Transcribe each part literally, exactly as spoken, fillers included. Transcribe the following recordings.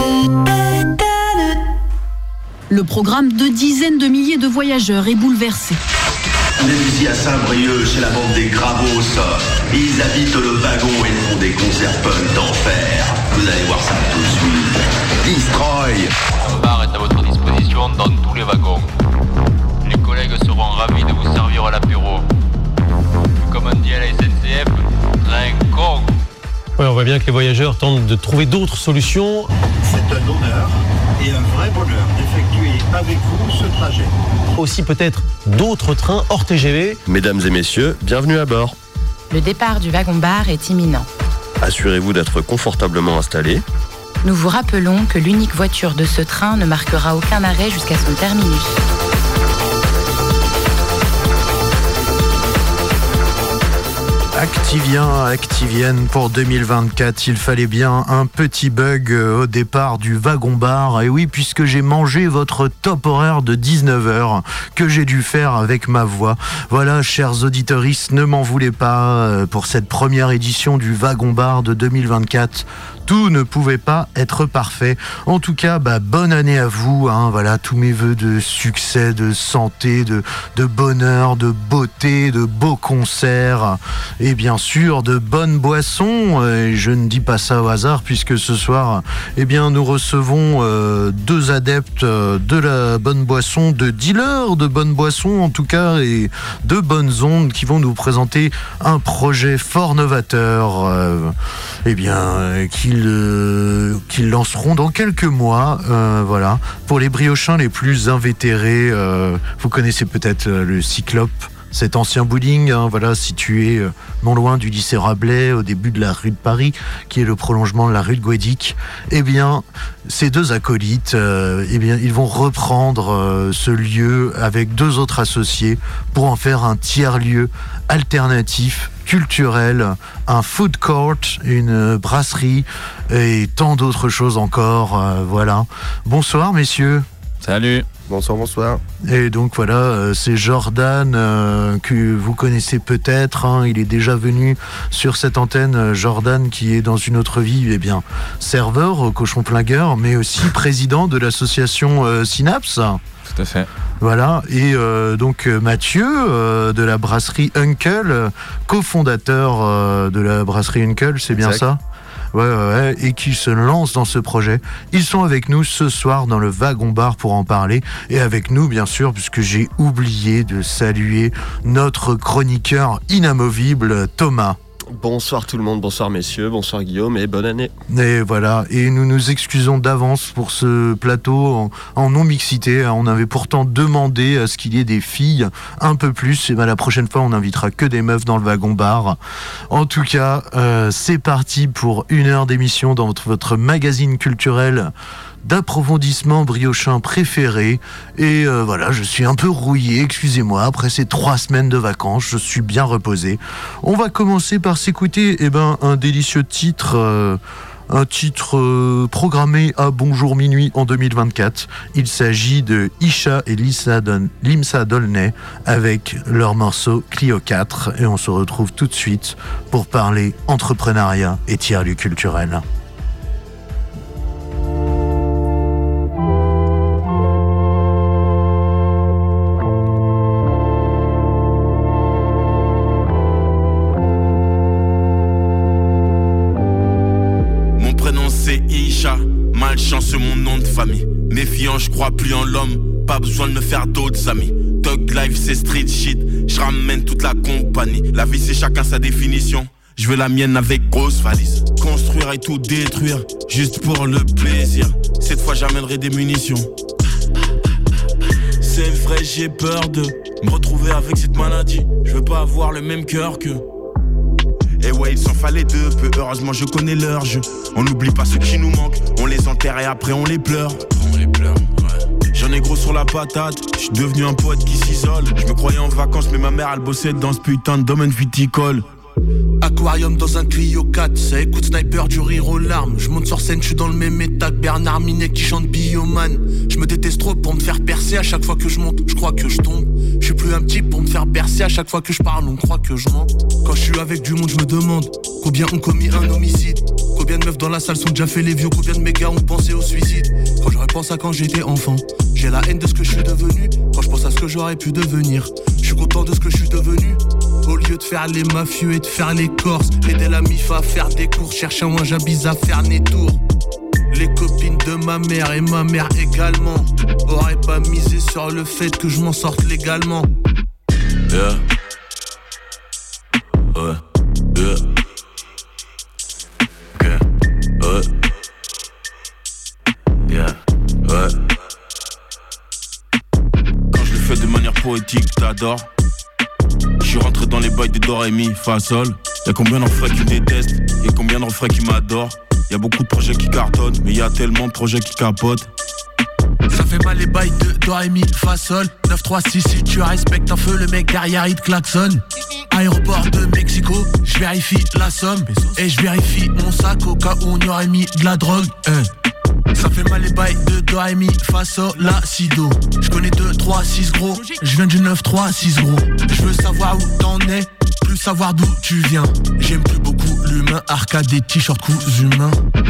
Le programme de dizaines de milliers de voyageurs est bouleversé. On est ici à Saint-Brieuc, chez la bande des Gravos. Ils habitent le wagon et font des concerts punk d'enfer. Vous allez voir ça tout de suite. Destroy. Un bar est à votre disposition dans tous les wagons. Les collègues seront ravis de vous servir à l'apéro. Comme on dit à la S N C F, train con. Ouais, on voit bien que les voyageurs tentent de trouver d'autres solutions. C'est un honneur et un vrai bonheur d'effectuer avec vous ce trajet. Aussi peut-être d'autres trains hors T G V. Mesdames et messieurs, bienvenue à bord. Le départ du wagon-bar est imminent. Assurez-vous d'être confortablement installés. Nous vous rappelons que l'unique voiture de ce train ne marquera aucun arrêt jusqu'à son terminus. Activien, Activienne pour deux mille vingt-quatre, il fallait bien un petit bug au départ du wagon-bar. Et oui, puisque j'ai mangé votre top horaire de dix-neuf heures que j'ai dû faire avec ma voix. Voilà, chers auditeuristes, ne m'en voulez pas pour cette première édition du wagon-bar de deux mille vingt-quatre. Tout ne pouvait pas être parfait. En tout cas, bah, bonne année à vous. Hein, voilà, tous mes vœux de succès, de santé, de, de bonheur, de beauté, de beaux concerts et bien sûr de bonnes boissons. Et je ne dis pas ça au hasard puisque ce soir, eh bien, nous recevons euh, deux adeptes de la bonne boisson, de dealers de bonne boisson en tout cas, et de bonnes ondes qui vont nous présenter un projet fort novateur. Euh, eh bien, euh, qui Euh, qu'ils lanceront dans quelques mois, euh, voilà, pour les briochins les plus invétérés. Euh, vous connaissez peut-être euh, le Cyclope, cet ancien bowling, hein, voilà, situé euh, non loin du lycée Rabelais, au début de la rue de Paris, qui est le prolongement de la rue de Guédic. Eh bien, ces deux acolytes, euh, eh bien, ils vont reprendre euh, ce lieu avec deux autres associés pour en faire un tiers-lieu alternatif, culturel, un food court, une brasserie et tant d'autres choses encore. Euh, voilà. Bonsoir, messieurs. Salut. Bonsoir, bonsoir. Et donc voilà, euh, c'est Jordan euh, que vous connaissez peut-être. Hein, il est déjà venu sur cette antenne. Jordan qui est dans une autre vie, eh bien serveur au Cochon Flingueur, mais aussi président de l'association euh, Synapse. Tout à fait. Voilà, et euh, donc Mathieu euh, de la brasserie Uncle, euh, cofondateur euh, de la brasserie Uncle, c'est bien exact. Ça ? Ouais, ouais, ouais, et qui se lance dans ce projet. Ils sont avec nous ce soir dans le wagon-bar pour en parler. Et avec nous, bien sûr, puisque j'ai oublié de saluer notre chroniqueur inamovible, Thomas. Bonsoir tout le monde, bonsoir messieurs, bonsoir Guillaume et bonne année. Et voilà, et nous nous excusons d'avance pour ce plateau en, en non-mixité. On avait pourtant demandé à ce qu'il y ait des filles un peu plus. Et ben la prochaine fois, on n'invitera que des meufs dans le wagon-bar. En tout cas, euh, c'est parti pour une heure d'émission dans votre, votre magazine culturel d'approfondissement briochin préféré. Et euh, voilà, je suis un peu rouillé, excusez-moi, après ces trois semaines de vacances, je suis bien reposé. On va commencer par s'écouter eh ben, un délicieux titre, euh, un titre euh, programmé à Bonjour Minuit en deux mille vingt-quatre. Il s'agit de Isha et Lisa Don- Limsa Dolnay avec leur morceau Clio quatre. Et on se retrouve tout de suite pour parler entrepreneuriat et tiers-lieu culturel. Malchance mon nom de famille. Méfiant, je crois plus en l'homme. Pas besoin de me faire d'autres amis. Thug life, c'est street shit. Je ramène toute la compagnie. La vie, c'est chacun sa définition. Je veux la mienne avec grosse valise. Construire et tout détruire, juste pour le plaisir. Cette fois, j'amènerai des munitions. C'est vrai, j'ai peur de me retrouver avec cette maladie. Je veux pas avoir le même cœur que... Et ouais, il s'en fallait deux peu, heureusement je connais leur jeu. On n'oublie pas ceux qui nous manquent, on les enterre et après on les pleure. On les pleure, ouais. J'en ai gros sur la patate, je suis devenu un poète qui s'isole. Je me croyais en vacances mais ma mère elle bossait dans ce putain de domaine viticole. Aquarium dans un Clio quatre, ça écoute Sniper du rire aux larmes. Je monte sur scène, je suis dans le même état que Bernard Minet qui chante Bioman. Je me déteste trop pour me faire percer à chaque fois que je monte, je crois que je tombe. Je suis plus un petit pour me faire bercer à chaque fois que je parle, on croit que je mens. Quand je suis avec du monde, je me demande combien ont commis un homicide. Combien de meufs dans la salle sont déjà fait les vieux, combien de mes gars ont pensé au suicide. Quand je repense à quand j'étais enfant, j'ai la haine de ce que je suis devenu. Quand je pense à ce que j'aurais pu devenir, je suis content de ce que je suis devenu. Au lieu de faire les mafieux et de faire les corses, aider la mif à faire des courses, chercher un moins j'abise à faire des tours. Les copines de ma mère et ma mère également auraient pas misé sur le fait que je m'en sorte légalement. Yeah. Ouais. Yeah. Ok. Ouais. Yeah. Ouais. Quand je le fais de manière poétique, t'adores. Je suis rentré dans les bails des do, ré, mi, fa, sol. Y'a combien d'enfants qui me détestent et combien d'enfants qui m'adorent. Y'a beaucoup de projets qui cartonnent, mais y'a tellement de projets qui capotent. Ça fait mal les bails de do, ré, mi, fa, sol. neuf trois six, si tu respectes un feu, le mec derrière il te klaxonne. Aéroport de Mexico, je vérifie la somme. Et je vérifie mon sac au cas où on y aurait mis de la drogue. Hein. Ça fait mal les bails de do, ré, mi, fa, sol, la, si, do. Je connais deux, trois, six gros. Je viens du neuf trois, six gros. Je veux savoir où t'en es, plus savoir d'où tu viens. J'aime plus beaucoup l'humain, arcade des t-shirts cousus humains.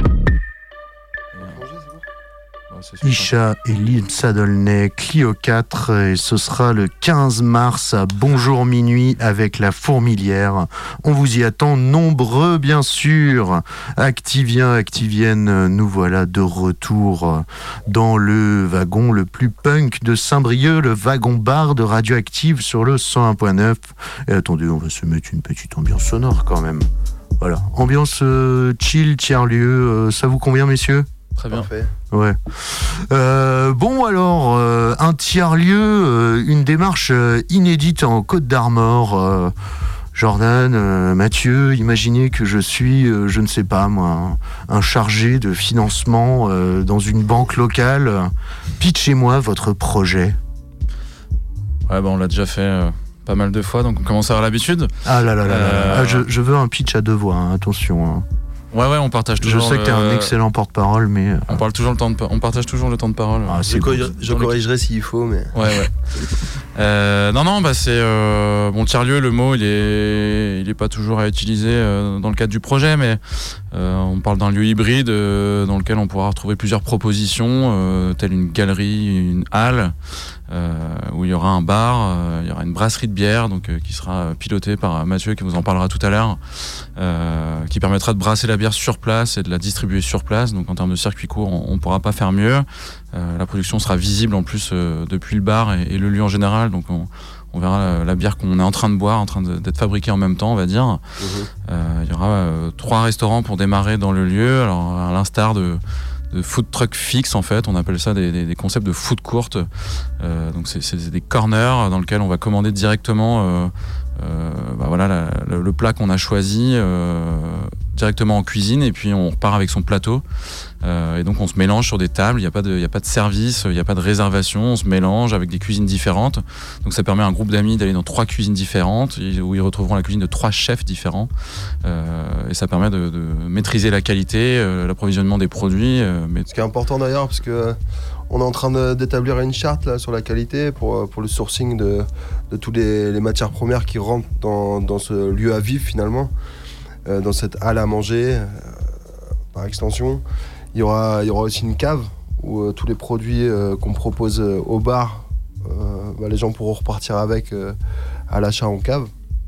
Isha et Lil Sadolnay, Clio quatre, et ce sera le quinze mars à Bonjour Minuit avec la Fourmilière. On vous y attend nombreux, bien sûr. Activiens, Activiennes, nous voilà de retour dans le wagon le plus punk de Saint-Brieuc, le wagon bar de Radioactive sur le cent un point neuf. Et attendez, on va se mettre une petite ambiance sonore quand même. Voilà, ambiance euh, chill, tiers-lieu, euh, ça vous convient, messieurs ? Très bien. Parfait. Ouais. Euh, bon alors, euh, un tiers-lieu, euh, une démarche euh, inédite en Côte d'Armor. Euh, Jordan, euh, Mathieu, imaginez que je suis, euh, je ne sais pas moi, un, un chargé de financement euh, dans une banque locale. Pitchez-moi votre projet. Ouais, bah on l'a déjà fait euh, pas mal de fois, donc on commence à avoir l'habitude. Ah là là là, euh... là. Ah, je, je veux un pitch à deux voix, hein, attention. Hein. Ouais, ouais, on partage toujours. Je sais que t'es un excellent porte-parole, mais. On, parle toujours le temps de... on partage toujours le temps de parole. Ah, je co- je corrigerai s'il faut, mais. Ouais, ouais. euh, non, non, bah c'est. Euh... Bon, tiers-lieu, le mot, il est... il est pas toujours à utiliser euh, dans le cadre du projet, mais euh, on parle d'un lieu hybride euh, dans lequel on pourra retrouver plusieurs propositions, euh, telles une galerie, une halle. Euh, où il y aura un bar, euh, il y aura une brasserie de bière donc, euh, qui sera pilotée par Mathieu qui vous en parlera tout à l'heure, euh, qui permettra de brasser la bière sur place et de la distribuer sur place. Donc en termes de circuit court, on ne pourra pas faire mieux. Euh, la production sera visible en plus euh, depuis le bar et, et le lieu en général. Donc on, on verra la, la bière qu'on est en train de boire, en train de, d'être fabriquée en même temps, on va dire. Mmh. Euh, il y aura euh, trois restaurants pour démarrer dans le lieu. Alors à l'instar de de food truck fixe en fait, on appelle ça des, des, des concepts de food courte. Euh, donc c'est, c'est des corners dans lesquels on va commander directement euh, euh, bah voilà, la, le, le plat qu'on a choisi euh, directement en cuisine et puis on repart avec son plateau. Euh, et donc on se mélange sur des tables, il n'y a pas de, il n'y a pas de service, il n'y a pas de réservation, on se mélange avec des cuisines différentes. Donc ça permet à un groupe d'amis d'aller dans trois cuisines différentes où ils retrouveront la cuisine de trois chefs différents. Euh, et ça permet de, de maîtriser la qualité, euh, l'approvisionnement des produits. Euh, mais... Ce qui est important d'ailleurs, parce que on est en train de, d'établir une charte là, sur la qualité pour, pour le sourcing de, de toutes les, les matières premières qui rentrent dans, dans ce lieu à vivre finalement, euh, dans cette halle à manger, euh, par extension. Il y aura, il y aura aussi une cave où euh, tous les produits euh, qu'on propose euh, au bar, euh, bah, les gens pourront repartir avec euh, à l'achat en cave.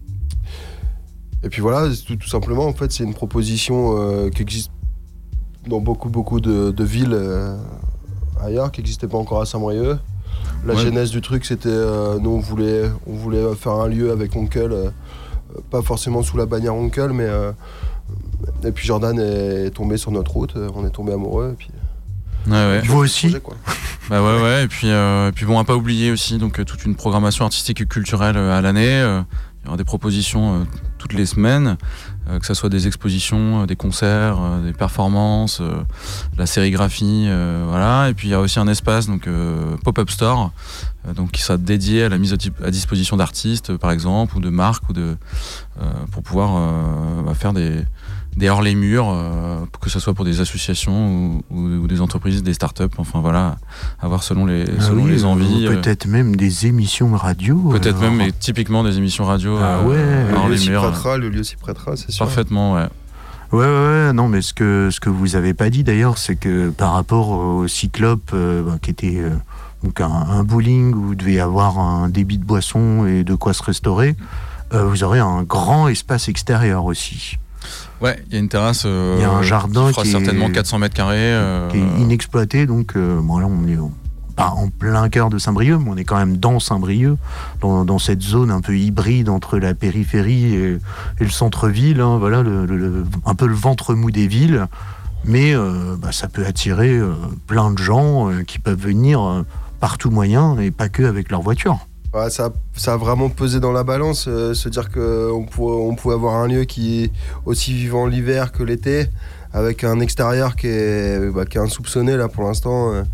Et puis voilà, tout, tout simplement, en fait, c'est une proposition euh, qui existe dans beaucoup, beaucoup de, de villes euh, ailleurs, qui n'existait pas encore à Saint-Brieuc. La ouais. genèse du truc, c'était, euh, nous, on voulait, on voulait faire un lieu avec Oncle, euh, pas forcément sous la bannière Oncle, mais... Euh, Et puis Jordan est tombé sur notre route, on est tombé amoureux. Et puis, ouais, ouais. Vous aussi projet, quoi. Bah ouais, ouais. Et puis, euh, et puis bon, à pas oublier aussi donc toute une programmation artistique et culturelle à l'année. Euh, il y aura des propositions euh, toutes les semaines, euh, que ce soit des expositions, euh, des concerts, euh, des performances, euh, la sérigraphie, euh, voilà. Et puis il y a aussi un espace, donc euh, pop-up store, euh, donc qui sera dédié à la mise à disposition d'artistes, euh, par exemple, ou de marques, ou de euh, pour pouvoir euh, bah, faire des des hors les murs, euh, que ce soit pour des associations ou, ou, ou des entreprises, des startups, enfin voilà, à voir selon les, ah selon oui, les envies. Peut-être euh, même des émissions de radio. Peut-être alors. même, mais typiquement des émissions radio. Ah ouais, euh, le, hors lieu les s'y murs. prêtera, le lieu s'y prêtera, c'est sûr. Parfaitement, ouais. Ouais, ouais, ouais, non, mais ce que, ce que vous avez pas dit d'ailleurs, c'est que par rapport au Cyclope, euh, bah, qui était euh, donc un, un bowling où il devait y avoir un débit de boisson et de quoi se restaurer, euh, vous aurez un grand espace extérieur aussi. Ouais, il y a une terrasse. Euh, il y a un jardin qui fera qui certainement est, quatre cents mètres carrés. Euh, qui est inexploité, donc euh, bon, là on est pas en plein cœur de Saint-Brieuc, mais on est quand même dans Saint-Brieuc, dans, dans cette zone un peu hybride entre la périphérie et, et le centre-ville, hein, voilà, le, le, le, un peu le ventre mou des villes, mais euh, bah, ça peut attirer euh, plein de gens euh, qui peuvent venir euh, par tout moyen et pas que avec leur voiture. Ouais, ça, ça a vraiment pesé dans la balance, euh, se dire qu'on pouvait, on pouvait avoir un lieu qui est aussi vivant l'hiver que l'été, avec un extérieur qui est, bah, qui est insoupçonné là pour l'instant, euh,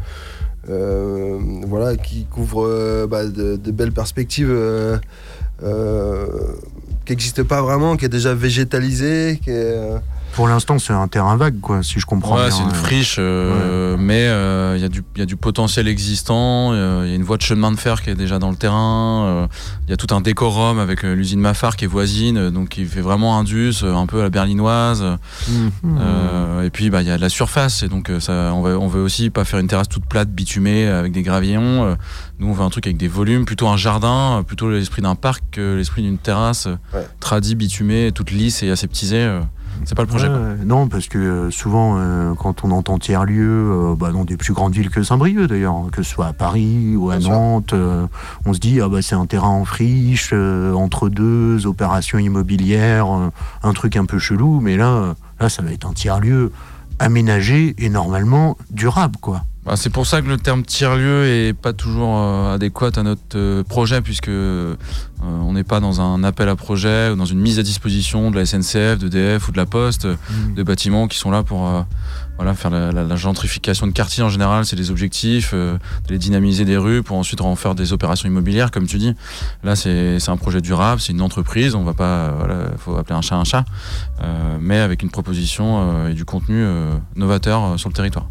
euh, voilà, qui couvre euh, bah, de, de belles perspectives euh, euh, qui n'existent pas vraiment, qui est déjà végétalisé, qui est... Euh, Pour l'instant, c'est un terrain vague, quoi, si je comprends ouais, bien. c'est une friche, euh, ouais. mais il euh, y, y a du potentiel existant. Il euh, y a une voie de chemin de fer qui est déjà dans le terrain. Il euh, y a tout un décorum avec euh, l'usine Mafar qui est voisine, euh, donc qui fait vraiment indus, euh, un peu à la berlinoise. Mmh. Euh, et puis, il bah, y a de la surface. Et donc, euh, ça, on, va, on veut aussi pas faire une terrasse toute plate, bitumée, avec des gravillons. Euh, nous, on veut un truc avec des volumes, plutôt un jardin, plutôt l'esprit d'un parc que l'esprit d'une terrasse ouais. tradie, bitumée, toute lisse et aseptisée. Euh. C'est pas le projet. Ouais, quoi. Non, parce que euh, souvent, euh, quand on entend tiers-lieu, euh, bah, dans des plus grandes villes que Saint-Brieuc d'ailleurs, que ce soit à Paris ou à Bien Nantes, euh, on se dit ah bah c'est un terrain en friche, euh, entre deux opérations immobilières, euh, un truc un peu chelou, mais là, là, ça va être un tiers-lieu aménagé et normalement durable, quoi. Bah, c'est pour ça que le terme tiers-lieu est pas toujours euh, adéquat à notre euh, projet, puisque euh, on n'est pas dans un appel à projet ou dans une mise à disposition de la S N C F, de D F ou de la Poste, mmh. de bâtiments qui sont là pour euh, voilà, faire la, la, la gentrification de quartier en général. C'est des objectifs, euh, de les dynamiser des rues pour ensuite en faire des opérations immobilières, comme tu dis. Là, c'est, c'est un projet durable, c'est une entreprise, on va pas, euh, voilà, faut appeler un chat un chat, euh, mais avec une proposition euh, et du contenu euh, novateur euh, sur le territoire.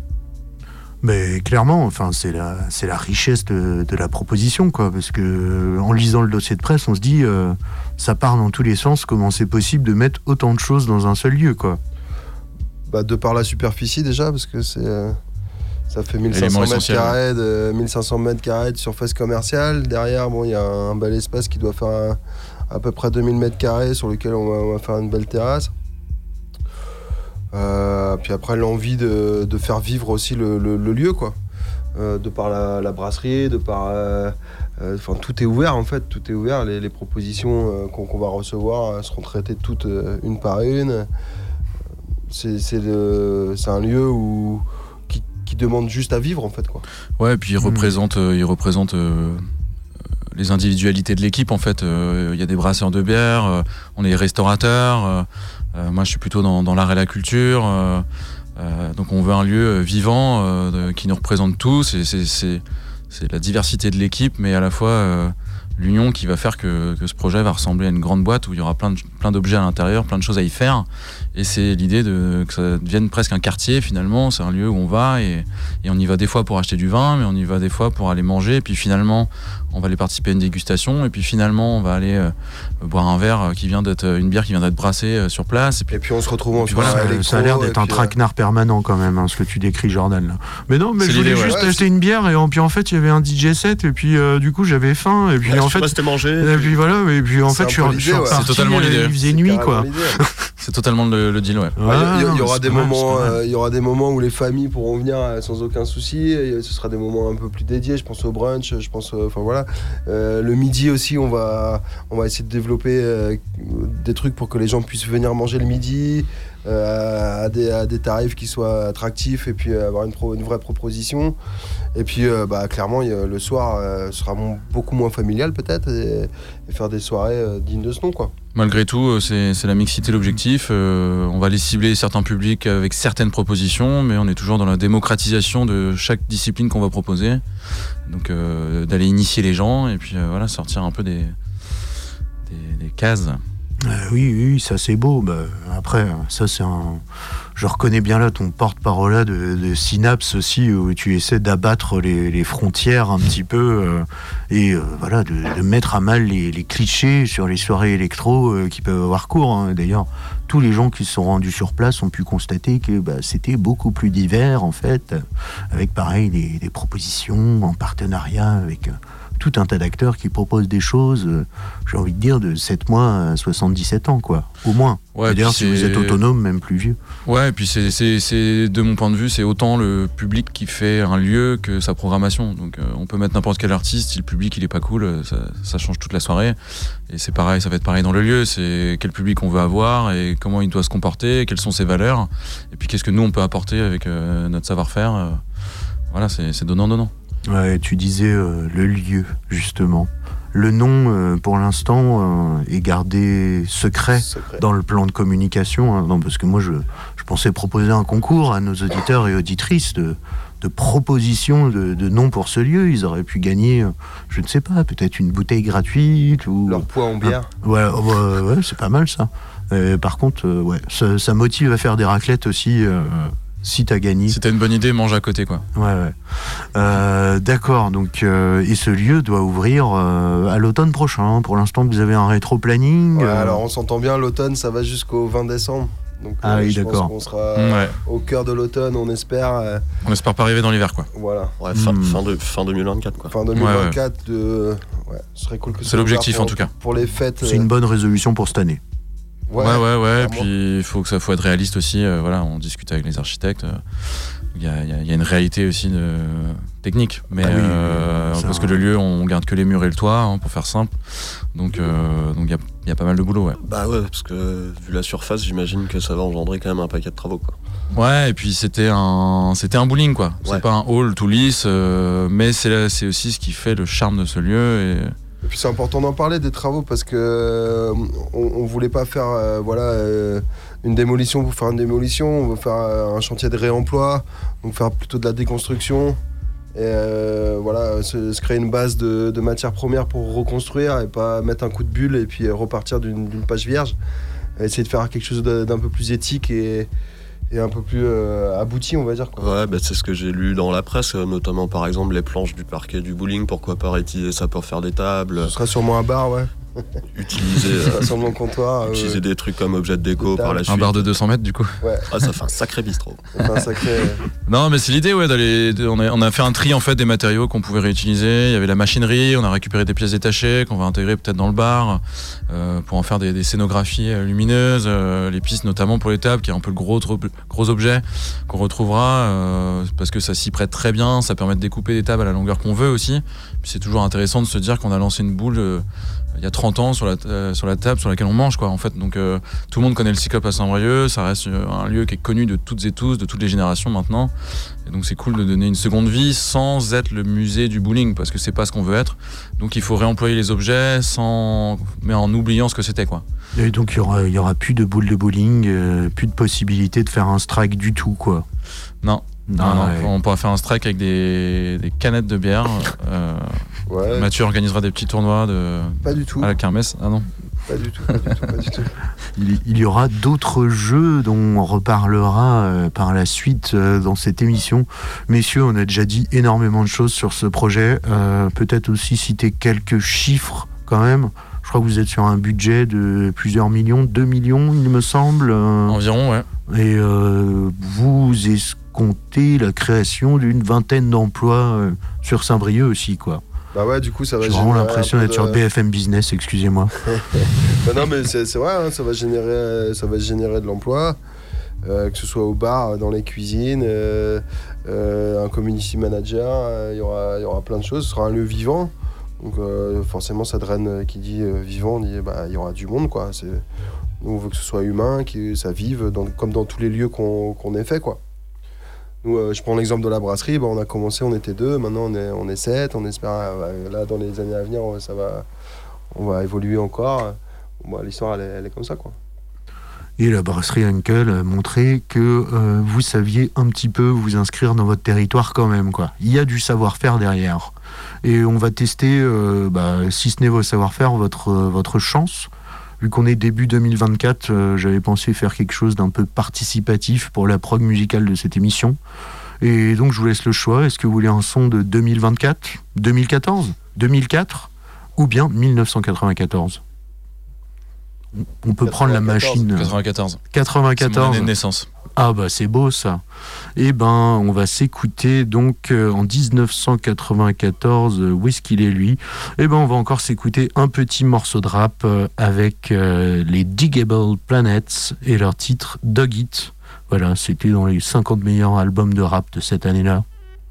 Mais clairement, enfin, c'est la, c'est la richesse de, de la proposition, quoi, parce que en lisant le dossier de presse, on se dit, euh, ça part dans tous les sens, comment c'est possible de mettre autant de choses dans un seul lieu, quoi. Bah, de par la superficie déjà, parce que c'est, euh, ça fait mille cinq cents mètres carrés de, mille cinq cents mètres carrés de surface commerciale. Derrière, bon, il y a un bel espace qui doit faire un, à peu près deux mille mètres carrés sur lequel on va, on va faire une belle terrasse. Euh, puis après l'envie de, de faire vivre aussi le, le, le lieu, quoi. Euh, de par la, la brasserie, de par, euh, euh, enfin tout est ouvert en fait, tout est ouvert. Les, les propositions euh, qu'on, qu'on va recevoir euh, seront traitées toutes euh, une par une. C'est, c'est, le, c'est un lieu où qui, qui demande juste à vivre en fait, quoi. Ouais, et puis il mmh. représente, euh, il représente euh, les individualités de l'équipe en fait. Il euh, y a des brasseurs de bière, euh, on est restaurateurs. Euh, Euh, moi, je suis plutôt dans, dans l'art et la culture. Euh, euh, donc, on veut un lieu vivant euh, de, qui nous représente tous. Et c'est, c'est, c'est la diversité de l'équipe, mais à la fois euh, l'union qui va faire que, que ce projet va ressembler à une grande boîte où il y aura plein, de, plein d'objets à l'intérieur, plein de choses à y faire. Et c'est l'idée de, que ça devienne presque un quartier, finalement. C'est un lieu où on va et, et on y va des fois pour acheter du vin, mais on y va des fois pour aller manger. Et puis finalement, on va aller participer à une dégustation. Et puis finalement, on va aller euh, boire un verre qui vient d'être, une bière qui vient d'être brassée euh, sur place. Et puis, et puis on se retrouve en voilà, ça, ça a l'air d'être un traquenard euh... permanent quand même, hein, ce que tu décris, Jordan. Là. Mais non, mais c'est je voulais juste ouais, acheter ouais, une bière et puis en fait, il y avait un D J set et puis euh, du coup, j'avais faim. Et puis ouais, en fait, c'était manger. Et puis voilà, et puis en fait, je suis, je suis reparti. C'est totalement l'idée. Il faisait nuit, quoi. C'est totalement le, le deal, ouais. Il ouais, y, y, y aura des moments, euh, il y aura des moments où les familles pourront venir euh, sans aucun souci. Et ce sera des moments un peu plus dédiés. Je pense au brunch, je pense, enfin euh, voilà. Euh, le midi aussi, on va, on va essayer de développer euh, des trucs pour que les gens puissent venir manger le midi. euh, à, des, à des tarifs qui soient attractifs et puis avoir une, pro, une vraie proposition. Et puis euh, bah, clairement y a, le soir euh, sera mon, beaucoup moins familial peut-être et, et faire des soirées euh, dignes de ce nom quoi. Malgré tout, c'est, c'est la mixité l'objectif. Euh, on va aller cibler certains publics avec certaines propositions, mais on est toujours dans la démocratisation de chaque discipline qu'on va proposer. Donc euh, d'aller initier les gens et puis euh, voilà, sortir un peu des, des, des cases. Euh, oui, oui, ça c'est beau. Bah, après, ça c'est un. Je reconnais bien là ton porte-parole là de, de Synapse aussi, où tu essaies d'abattre les, les frontières un petit peu euh, et euh, voilà, de, de mettre à mal les, les clichés sur les soirées électro euh, qui peuvent avoir cours. Hein. D'ailleurs, tous les gens qui se sont rendus sur place ont pu constater que bah, c'était beaucoup plus divers en fait, avec pareil des, des propositions en partenariat avec. Euh, tout un tas d'acteurs qui proposent des choses, euh, j'ai envie de dire, de sept mois à soixante-dix-sept ans, quoi, au moins. Ouais, d'ailleurs, si vous êtes autonome, même plus vieux. Ouais, et puis c'est, c'est, c'est, de mon point de vue, c'est autant le public qui fait un lieu que sa programmation. Donc euh, on peut mettre n'importe quel artiste, si le public il est pas cool, ça, ça change toute la soirée. Et c'est pareil, ça va être pareil dans le lieu, c'est quel public on veut avoir et comment il doit se comporter, quelles sont ses valeurs, et puis qu'est-ce que nous on peut apporter avec euh, notre savoir-faire. Euh, voilà, c'est, c'est donnant-donnant. Ouais, tu disais euh, le lieu, justement. Le nom, euh, pour l'instant, euh, est gardé secret, secret dans le plan de communication. Hein, non, parce que moi, je, je pensais proposer un concours à nos auditeurs et auditrices de, de propositions de, de noms pour ce lieu. Ils auraient pu gagner, je ne sais pas, peut-être une bouteille gratuite. Ou leur poids en bière. Un, ouais, ouais, ouais, c'est pas mal ça. Euh, par contre, euh, ouais, ça, ça motive à faire des raclettes aussi. Euh, Si t'as gagné. Si t'as une bonne idée, mange à côté, quoi. Ouais, ouais. Euh, d'accord, donc, euh, et ce lieu doit ouvrir euh, à l'automne prochain. Pour l'instant, vous avez un rétro-planning. Ouais, euh... alors on s'entend bien, l'automne, ça va jusqu'au vingt décembre. Donc, ah euh, oui, je d'accord. pense qu'on sera ouais. au cœur de l'automne, on espère. Euh... On espère pas arriver dans l'hiver, quoi. Voilà. Ouais, fin, mmh. fin, de, fin deux mille vingt-quatre, quoi. Fin deux mille vingt-quatre, ouais, ouais. De... ouais, ce serait cool que c'est l'objectif, pour, en tout cas. Pour les fêtes. C'est euh... une bonne résolution pour cette année. Ouais, ouais, ouais. ouais. Et puis il faut que ça faut être réaliste aussi. Euh, voilà, on discute avec les architectes. Il euh, y, y, y a une réalité aussi de technique, mais ah oui, euh, oui, parce un... que le lieu, on garde que les murs et le toit, hein, pour faire simple. Donc, euh, donc il y a, y a pas mal de boulot, ouais. Bah ouais, parce que vu la surface, j'imagine que ça va engendrer quand même un paquet de travaux, quoi. Ouais, et puis c'était un, c'était un bowling, quoi. Ouais. C'est pas un hall tout lisse, euh, mais c'est, c'est aussi ce qui fait le charme de ce lieu. Et... Et puis c'est important d'en parler des travaux parce que euh, on, on voulait pas faire euh, voilà euh, une démolition pour faire une démolition, on veut faire euh, un chantier de réemploi, donc faire plutôt de la déconstruction et euh, voilà se, se créer une base de, de matières premières pour reconstruire et pas mettre un coup de bulle et puis repartir d'une, d'une page vierge, et essayer de faire quelque chose d'un peu plus éthique et et un peu plus euh, abouti, on va dire, quoi. Ouais, bah, c'est ce que j'ai lu dans la presse, notamment par exemple les planches du parquet du bowling, pourquoi pas réutiliser ça pour faire des tables. Ce sera sûrement un bar, ouais. Utiliser, euh, sur mon comptoir, euh, utiliser des trucs comme objet de déco par la suite. Un bar de deux cents mètres du coup. Ouais. Ah, ça fait un sacré bistrot. Ça fait un sacré... Non mais c'est l'idée, ouais, d'aller. On a, on a fait un tri en fait des matériaux qu'on pouvait réutiliser. Il y avait la machinerie, on a récupéré des pièces détachées qu'on va intégrer peut-être dans le bar euh, pour en faire des, des scénographies euh, lumineuses, euh, les pistes notamment pour les tables, qui est un peu le gros gros objet qu'on retrouvera euh, parce que ça s'y prête très bien. Ça permet de découper des tables à la longueur qu'on veut aussi. Puis c'est toujours intéressant de se dire qu'on a lancé une boule. Euh, il y a trente ans sur la, euh, sur la table sur laquelle on mange, quoi, en fait. Donc euh, tout le monde connaît le Cyclope à Saint-Brieuc, ça reste euh, un lieu qui est connu de toutes et tous, de toutes les générations maintenant. Et donc c'est cool de donner une seconde vie sans être le musée du bowling, parce que c'est pas ce qu'on veut être. Donc il faut réemployer les objets sans... mais en oubliant ce que c'était, quoi. Et donc il y aura, il y aura plus de boules de bowling, euh, plus de possibilité de faire un strike du tout, quoi. Non. Non, ah, non, ouais. On pourra faire un strike avec des, des canettes de bière. Euh, ouais. Mathieu organisera des petits tournois de... Pas du tout. À la kermesse. Ah non. Pas du tout, pas du tout, pas du tout. Il, il y aura d'autres jeux dont on reparlera euh, par la suite euh, dans cette émission. Messieurs, on a déjà dit énormément de choses sur ce projet. Euh, peut-être aussi citer quelques chiffres quand même. Je crois que vous êtes sur un budget de plusieurs millions, deux millions, il me semble. Euh, Environ, ouais. Et euh, vous escomptez la création d'une vingtaine d'emplois euh, sur Saint-Brieuc aussi, quoi. Bah ouais, du coup, ça va générer. J'ai vraiment l'impression d'être de... sur B F M Business, excusez-moi. Bah non, mais c'est, c'est vrai, hein, ça va générer, ça va générer de l'emploi, euh, que ce soit au bar, dans les cuisines, euh, euh, un community manager, il euh, y aura, il y aura plein de choses. Ce sera un lieu vivant. Donc euh, forcément, ça draine, qui dit euh, vivant, dit bah il y aura du monde, quoi. C'est, Nous, on veut que ce soit humain, que ça vive dans, comme dans tous les lieux qu'on, qu'on ait fait, quoi. Nous, euh, je prends l'exemple de la brasserie, bah, on a commencé, on était deux, maintenant on est, on est sept, on espère, euh, là, dans les années à venir, ça va, on va évoluer encore. Bon, bah, l'histoire, elle est, elle est comme ça, quoi. Et la brasserie Uncle a montré que euh, vous saviez un petit peu vous inscrire dans votre territoire quand même, quoi. Il y a du savoir-faire derrière. Et on va tester, euh, bah, si ce n'est vos savoir-faire, votre, euh, votre chance. Vu qu'on est début deux mille vingt-quatre, euh, j'avais pensé faire quelque chose d'un peu participatif pour la prog musicale de cette émission. Et donc je vous laisse le choix. Est-ce que vous voulez un son de deux mille vingt-quatre, deux mille quatorze, deux mille quatre ou bien mille neuf cent quatre-vingt-quatorze? On peut prendre la machine. quatre-vingt-quatorze. quatre-vingt-quatorze. C'est mon année de naissance. Ah bah c'est beau ça. Eh ben on va s'écouter donc euh, en dix-neuf cent quatre-vingt-quatorze, euh, où est-ce qu'il est lui? Eh ben on va encore s'écouter un petit morceau de rap euh, avec euh, les Digable Planets et leur titre Dog It. Voilà, c'était dans les cinquante meilleurs albums de rap de cette année-là.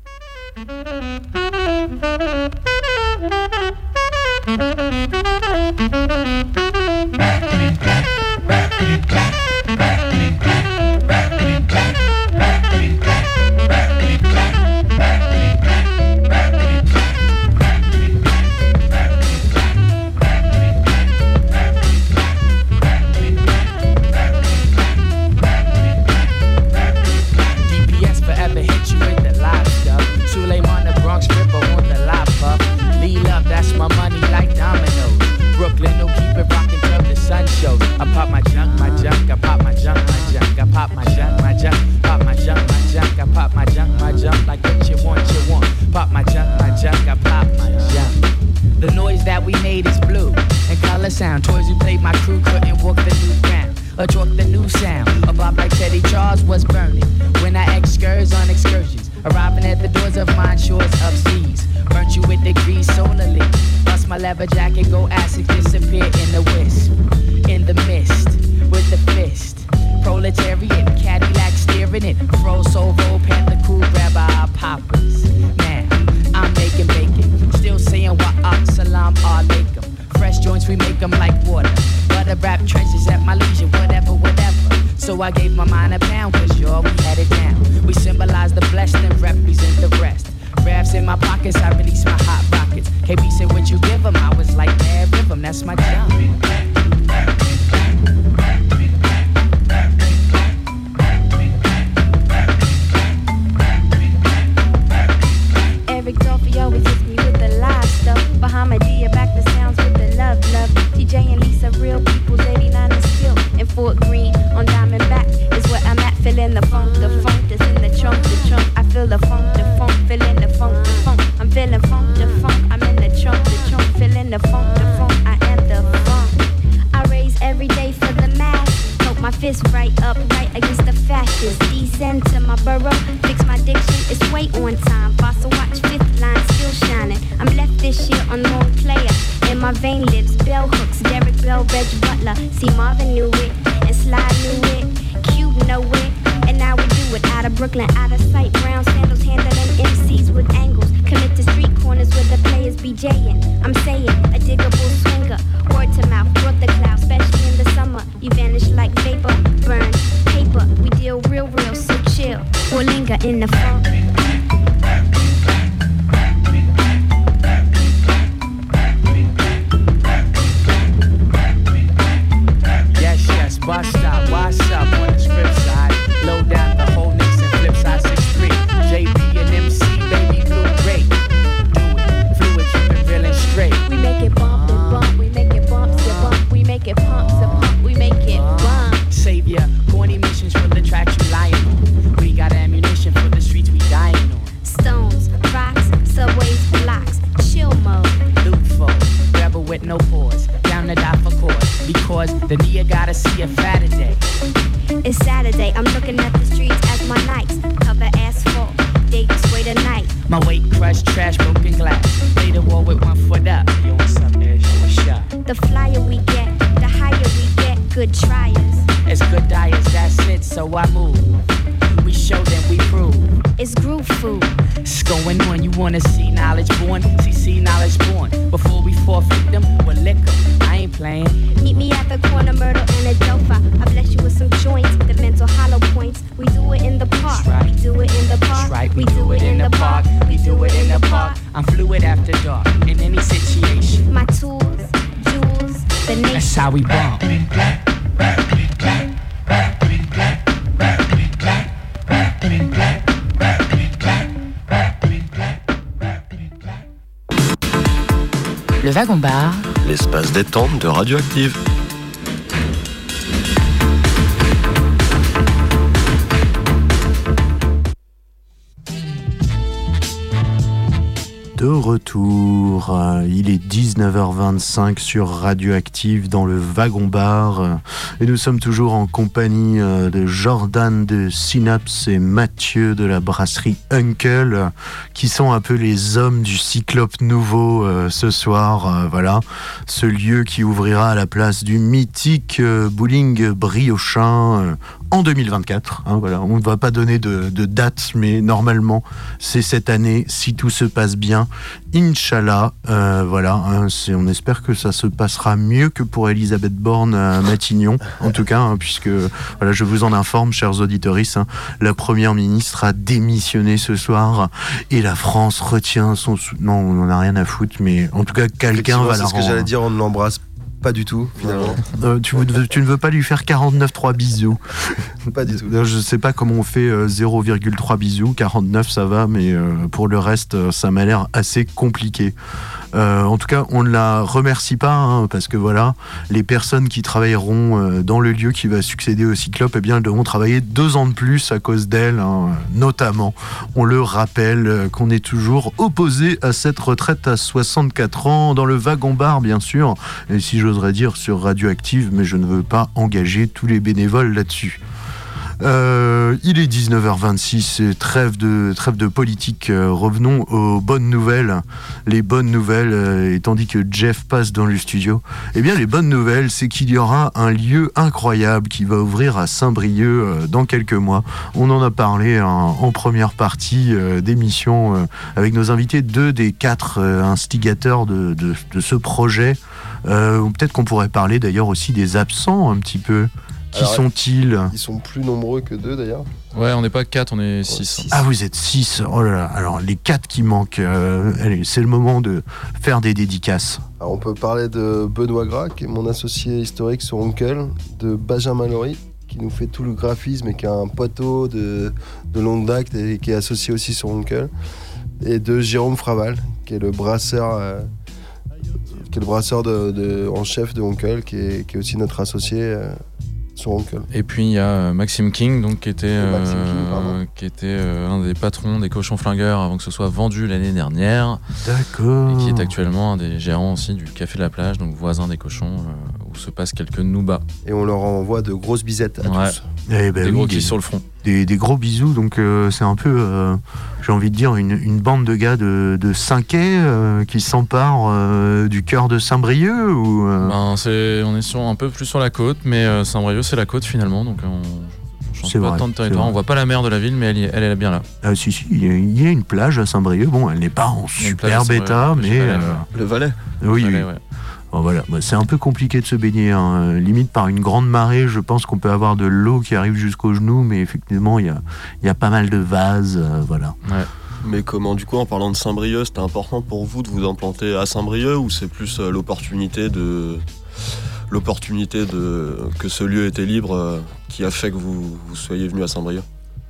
My money like dominoes. Brooklyn will keep it rockin' till the sun shows. I pop my junk, my junk, I pop my junk, my junk, I pop my junk, my junk, pop my junk, my junk, I pop my junk, my junk, like what you want, you want. Pop my junk, my junk, I pop my junk. The noise that we made is blue and color sound. Toys we played, my crew couldn't walk the new ground or talk the new sound. A bob like Teddy Charles was burning when I excurs on excursions, arriving at the doors of mine shores of seas. Burnt you with the grease solarly. Bust my leather jacket, go acid, disappear in the wisp, in the mist, with the fist. Proletariat, Cadillac steering it. Fro, Sovo, Panther, cool, grab our poppers. Now, I'm making bacon. Still saying wa up, salam alaikum. Fresh joints, we make them like water. Butter wrap treasures at my leisure, whatever, whatever. So I gave my mind a pound, cause y'all, we had it down. We symbolize the blessed and represent the rest. Raps in my pockets, I release my hot rockets. K B said, what you give him? I was like, man, give him, that's my job. Eric Dolphy always hits me with the live stuff. Bahamadia back the sounds with the love, love. T J and Lisa, real people's eighty-nine is still in Fort Greene on Diamondback is where I'm at, feeling the funk, the funk that's in the trunk, the trunk. I feel the funk, the funk, feeling the funk, the funk. I'm feeling funk, the funk. I'm in the trunk, the trunk, feeling the funk, the funk. I am the funk. I raise every day for the mass. Hold my fist right up, right against the fascists. Descend to my burrow, fix my diction. It's way on time. Fossil watch, fifth line, still shining. I'm left this year on long player. In my vein lips, bell hooks, Derek Bell, Reg Butler. See Marvin knew it, and Sly knew it. Cube know it, and now we do it. Out of Brooklyn, out of sight. Brown sandals handling M Cs with angles. Commit to street corners where the players be jaying. I'm saying a diggable swinger. Word to mouth, brought the cloud, especially in the summer. You vanish like vapor, burn paper. We deal real, real, so chill. Or linger in the funk. Yes, yes, bust up, what's up on the script side? Low down the whole Knicks and flip side six three. J P and M C, baby blue great. Do it, fluid, keep it real and straight. We make it bump and bump, we make it bump to bump, we make it pump to pump, we make it bump. Savior, corny missions for the tracks you lying on. We got ammunition for the streets we dying on. Stones, rocks, subways, blocks, chill mode. Loot for, rebel with no pause, down to die for cause. Because the Nia gotta see a fatter day. It's Saturday, I'm looking at the streets as my nights. Cover asphalt, dates way tonight. My weight crushed, trash, broken glass. Play the wall with one foot up. Yo, what's up, Ish? What's up? The flyer we get, the higher we get, good tryers. It's good diets, that's it, so I move. we show, then we prove. It's groove food. It's going on, you wanna see knowledge born, see, see knowledge born. Before we forfeit them, we'll lick them. I ain't playing. Meet me at the corner, Myrtle and Adelphi. I bless you with some joints, the mental hollow points. We do it in the park. Right. We do it in the park. Right, we, we do it in the park. We do it in the park. I'm fluid after dark, in any situation. My tools, jewels, the nation. That's how we bump. Le wagon-bar, l'espace détente de Radioactive. De retour, il est dix-neuf heures vingt-cinq sur Radioactive dans le wagon-bar et nous sommes toujours en compagnie de Jordan de Synapse et Mathieu de la brasserie Uncle qui sont un peu les hommes du Cyclope nouveau euh, ce soir, euh, voilà, ce lieu qui ouvrira à la place du mythique euh, bowling briochin euh, en deux mille vingt-quatre, hein, voilà. On ne va pas donner de, de date, mais normalement c'est cette année si tout se passe bien. Inch'Allah, euh, voilà, hein, c'est, on espère que ça se passera mieux que pour Elisabeth Borne à Matignon, en tout cas, hein, puisque voilà, je vous en informe, chers auditeuristes, hein, la première ministre a démissionné ce soir et la France retient son sou... non, on n'en a rien à foutre, mais en tout cas, quelqu'un va la rendre. C'est ce que j'allais dire, on ne l'embrasse pas du tout, finalement. Euh, tu, tu ne veux pas lui faire quarante-neuf trois bisous? Pas du tout. Je ne sais pas comment on fait euh, zéro virgule trois bisous, quarante-neuf ça va, mais euh, pour le reste, euh, ça m'a l'air assez compliqué. Euh, en tout cas, on ne la remercie pas, hein, parce que voilà, les personnes qui travailleront euh, dans le lieu qui va succéder au Cyclope, eh bien, elles devront travailler deux ans de plus à cause d'elle, hein, notamment. On le rappelle euh, qu'on est toujours opposé à cette retraite à soixante-quatre ans dans le wagon-bar, bien sûr, et si j'oserais dire sur Radioactive, mais je ne veux pas engager tous les bénévoles là-dessus. Euh, il est dix-neuf heures vingt-six, trêve de, trêve de politique. Euh, revenons aux bonnes nouvelles. Les bonnes nouvelles, euh, et tandis que Jeff passe dans le studio, eh bien les bonnes nouvelles, c'est qu'il y aura un lieu incroyable qui va ouvrir à Saint-Brieuc euh, dans quelques mois. On en a parlé hein, en première partie euh, d'émission euh, avec nos invités, deux des quatre euh, instigateurs de, de, de ce projet. Euh, peut-être qu'on pourrait parler d'ailleurs aussi des absents un petit peu. Qui Alors, sont-ils? Ils sont plus nombreux que deux d'ailleurs. Ouais, on n'est pas quatre, on est six. Ah, vous êtes six. Oh là là. Alors, les quatre qui manquent, euh, allez, c'est le moment de faire des dédicaces. Alors, on peut parler de Benoît Gras, qui est mon associé historique sur Oncle, de Benjamin Laurie, qui nous fait tout le graphisme et qui a un poteau de, de longue date et qui est associé aussi sur Oncle, et de Jérôme Fraval, qui est le brasseur, euh, qui est le brasseur de, de, en chef de Oncle, qui est, qui est aussi notre associé. Euh, Et puis il y a Maxime King, donc, qui était, euh, King, qui était euh, un des patrons des Cochons Flingueurs avant que ce soit vendu l'année dernière. D'accord. Et qui est actuellement un des gérants aussi du Café de la Plage, donc voisin des Cochons, euh, où se passe quelques noubas. Et on leur envoie de grosses bisettes à ouais. tous. Eh ben des oui, gros des, qui sur le front. Des, des gros bisous, donc euh, c'est un peu, euh, j'ai envie de dire, une, une bande de gars de, de Saint-Quay euh, qui s'emparent euh, du cœur de Saint-Brieuc ou euh... ben, c'est, on est sur, un peu plus sur la côte, mais euh, Saint-Brieuc c'est la côte finalement, donc on change c'est pas vrai, tant de territoire. On voit pas la mer de la ville, mais elle, elle est bien là. Ah si si, il y, a, il y a une plage à Saint-Brieuc. Bon, elle n'est pas en superbe état, mais euh, le Valais. Oui, Valais, oui. Ouais. Bon, voilà. Bah, c'est un peu compliqué de se baigner, hein. Limite par une grande marée, je pense qu'on peut avoir de l'eau qui arrive jusqu'aux genoux, mais effectivement, il y a, il y a pas mal de vases, euh, voilà. Ouais. Mais comment, du coup, en parlant de Saint-Brieuc, c'était important pour vous de vous implanter à Saint-Brieuc, ou c'est plus euh, l'opportunité de l'opportunité de que ce lieu était libre euh, qui a fait que vous, vous soyez venu à Saint-Brieuc?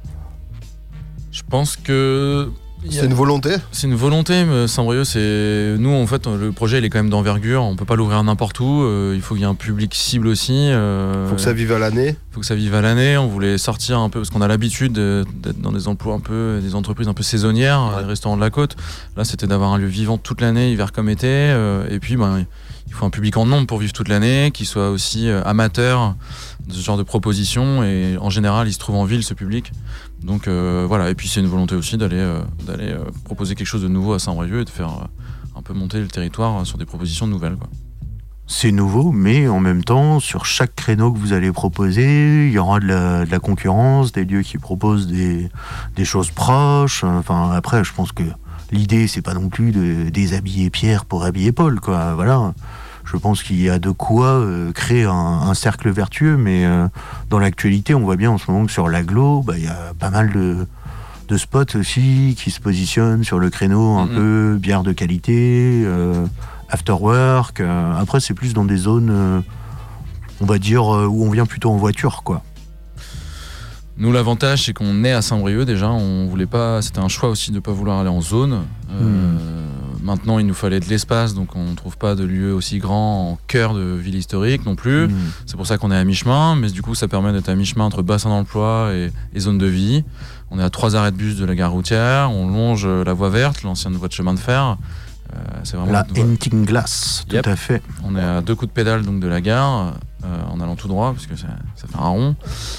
Je pense que c'est une volonté. C'est une volonté, mais Saint-Brieuc, c'est nous en fait le projet il est quand même d'envergure. On peut pas l'ouvrir n'importe où. Euh, il faut qu'il y ait un public cible aussi. Euh, faut que ça vive à l'année. Faut que ça vive à l'année. On voulait sortir un peu parce qu'on a l'habitude d'être dans des emplois un peu, des entreprises un peu saisonnières, ouais. Les restaurants de la côte. Là, c'était d'avoir un lieu vivant toute l'année, hiver comme été. Euh, et puis, ben, il faut un public en nombre pour vivre toute l'année, qui soit aussi euh, amateur de ce genre de propositions. Et en général, il se trouve en ville ce public. Donc euh, voilà, et puis c'est une volonté aussi d'aller, euh, d'aller euh, proposer quelque chose de nouveau à Saint-Brieuc et de faire euh, un peu monter le territoire sur des propositions nouvelles, quoi. c'est nouveau, mais en même temps, sur chaque créneau que vous allez proposer, il y aura de la, de la concurrence, des lieux qui proposent des, des choses proches. Enfin, après, je pense que l'idée, c'est pas non plus de déshabiller Pierre pour habiller Paul, quoi. Voilà. Je pense qu'il y a de quoi euh, créer un, un cercle vertueux, mais euh, dans l'actualité, on voit bien en ce moment que sur l'agglo, bah, il y a pas mal de, de spots aussi qui se positionnent sur le créneau un mmh. peu bière de qualité, euh, after work. Euh, après, c'est plus dans des zones, euh, on va dire, euh, où on vient plutôt en voiture, quoi. Nous, l'avantage, c'est qu'on est à Saint-Brieuc déjà. On voulait pas, c'était un choix aussi de ne pas vouloir aller en zone. Euh, mmh. Maintenant, il nous fallait de l'espace, donc on ne trouve pas de lieu aussi grand en cœur de ville historique non plus. Mmh. C'est pour ça qu'on est à mi-chemin, mais du coup, ça permet d'être à mi-chemin entre bassin d'emploi et, et zone de vie. On est à trois arrêts de bus de la gare routière. On longe la voie verte, l'ancienne voie de chemin de fer. Euh, c'est vraiment la Hunting Glass, tout yep. à fait. On est à deux coups de pédale donc de la gare, euh, en allant tout droit, parce que ça, ça fait un rond.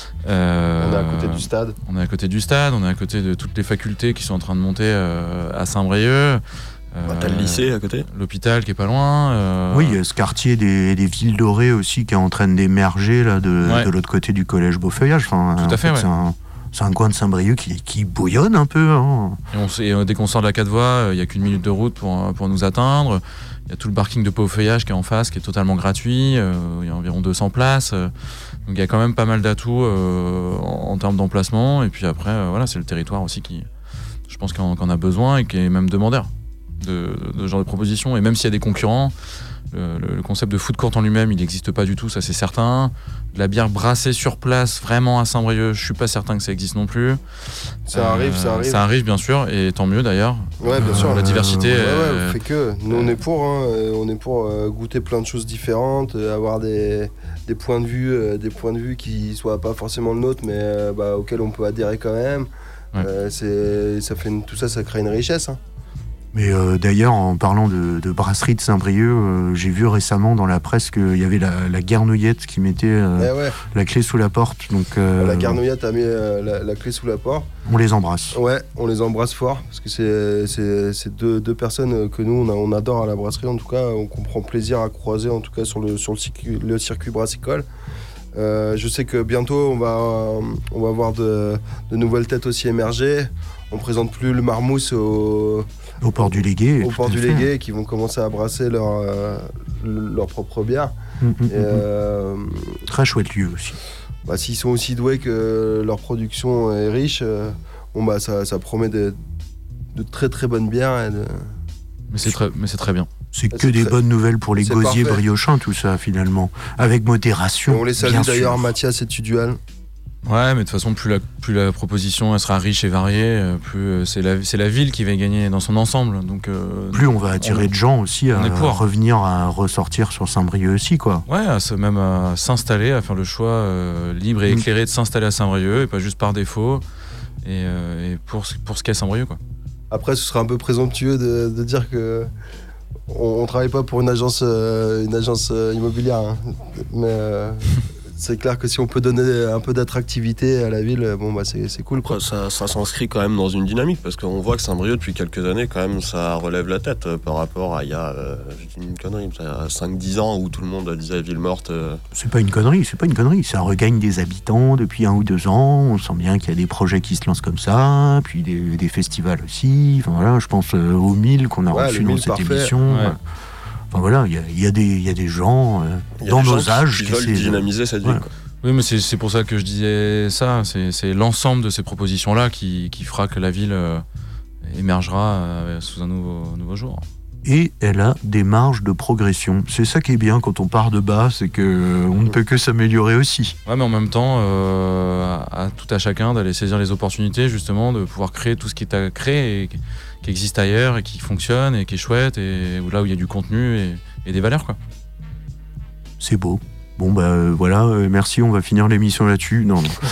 Euh, on est à côté du stade. On est à côté du stade, on est à côté de toutes les facultés qui sont en train de monter euh, à Saint-Brieuc. Euh, bah, t'as le lycée à côté. L'hôpital qui est pas loin. Euh... Oui, il y a ce quartier des, des villes dorées aussi qui est en train d'émerger là, de, ouais. de l'autre côté du collège Beaufeuillage. Enfin, tout à fait, fait ouais. c'est, un, c'est un coin de Saint-Brieuc qui, qui bouillonne un peu. Hein. Et on sait, et dès qu'on sort de la quatre voies, il n'y a qu'une minute de route pour, pour nous atteindre. Il y a tout le parking de Beaufeuillage qui est en face, qui est totalement gratuit. Euh, il y a environ deux cents places. Euh, donc il y a quand même pas mal d'atouts euh, en, en termes d'emplacement. Et puis après, euh, voilà, c'est le territoire aussi qui, je pense, qu'on, qu'on a besoin et qui est même demandeur de, de, de ce genre de propositions. Et même s'il y a des concurrents, le, le, le concept de food court en lui-même, il n'existe pas du tout, ça c'est certain. De la bière brassée sur place, vraiment à Saint-Brieuc, je suis pas certain que ça existe non plus. Ça euh, arrive, ça arrive. Ça arrive bien sûr, et tant mieux d'ailleurs. Ouais, bien euh, sûr. La diversité. Euh, ouais, euh, ouais, fait que nous on est pour, hein, on est pour euh, goûter plein de choses différentes, euh, avoir des, des points de vue, euh, des points de vue qui soient pas forcément le nôtre, mais euh, bah, auxquels on peut adhérer quand même. Ouais. Euh, c'est, ça fait une, tout ça, ça crée une richesse. Hein. Mais euh, d'ailleurs, en parlant de, de brasserie de Saint-Brieuc, euh, j'ai vu récemment dans la presse qu'il y avait la, la Guernouillette qui mettait euh, eh ouais. la clé sous la porte. Donc, euh, la Guernouillette a mis euh, la, la clé sous la porte. On les embrasse. Ouais, on les embrasse fort, parce que c'est, c'est, c'est deux, deux personnes que nous, on, a, on adore à la brasserie. En tout cas, on prend plaisir à croiser, en tout cas sur le, sur le, circuit, le circuit brassicole. Euh, je sais que bientôt, on va, on va voir de, de nouvelles têtes aussi émerger. On présente plus le Marmousse au... Au port du Légué. Au port du Légué, qui vont commencer à brasser leur, euh, leur propre bière. Mmh, mmh, et, euh, très chouette lieu aussi. Bah, s'ils sont aussi doués que leur production est riche, euh, bon, bah, ça, ça promet de, de très très bonnes bières. Et de... mais, c'est très, mais c'est très bien. C'est bah, que c'est des très... bonnes nouvelles pour les gosiers briochins, tout ça, finalement. Avec modération. Et on les salue d'ailleurs, Mathias et Tudual. Ouais, mais de toute façon, plus la, plus la proposition elle sera riche et variée, plus c'est la, c'est la ville qui va gagner dans son ensemble. Donc, euh, plus on va attirer on, de gens aussi à, à revenir, à ressortir sur Saint-Brieuc aussi, quoi. Ouais, à, même à s'installer, à faire le choix euh, libre et éclairé de s'installer à Saint-Brieuc, et pas juste par défaut, et, euh, et pour, pour ce qu'est Saint-Brieuc, quoi. Après, ce serait un peu présomptueux de, de dire que on, on travaille pas pour une agence, euh, une agence euh, immobilière, hein. mais... Euh... C'est clair que si on peut donner un peu d'attractivité à la ville, bon bah c'est, c'est cool, quoi. Ça, ça s'inscrit quand même dans une dynamique, parce qu'on voit que Saint-Brieuc depuis quelques années quand même ça relève la tête euh, par rapport à il y a euh, je dis une connerie, cinq dix ans où tout le monde disait ville morte. Euh... C'est pas une connerie, c'est pas une connerie, ça regagne des habitants depuis un ou deux ans, on sent bien qu'il y a des projets qui se lancent comme ça, puis des, des festivals aussi, enfin voilà, je pense euh, aux mille qu'on a ouais, reçus dans cette parfait. émission. Ouais. Enfin voilà, il y, y, y a des gens euh, dans nos gens âges qui, qui veulent c'est, dynamiser cette ville. Ouais. Quoi. Oui, mais c'est, c'est pour ça que je disais ça. C'est, c'est l'ensemble de ces propositions-là qui, qui fera que la ville euh, émergera euh, sous un nouveau, nouveau jour. Et elle a des marges de progression. C'est ça qui est bien quand on part de bas, c'est qu'on ne peut que s'améliorer aussi. Ouais, mais en même temps, euh, à, à tout à chacun d'aller saisir les opportunités, justement, de pouvoir créer tout ce qui est à créer et qui existe ailleurs et qui fonctionne et qui est chouette, et là où il y a du contenu et, et des valeurs, quoi. C'est beau. Bon bah euh, voilà, euh, merci, on va finir l'émission là-dessus. Non, non.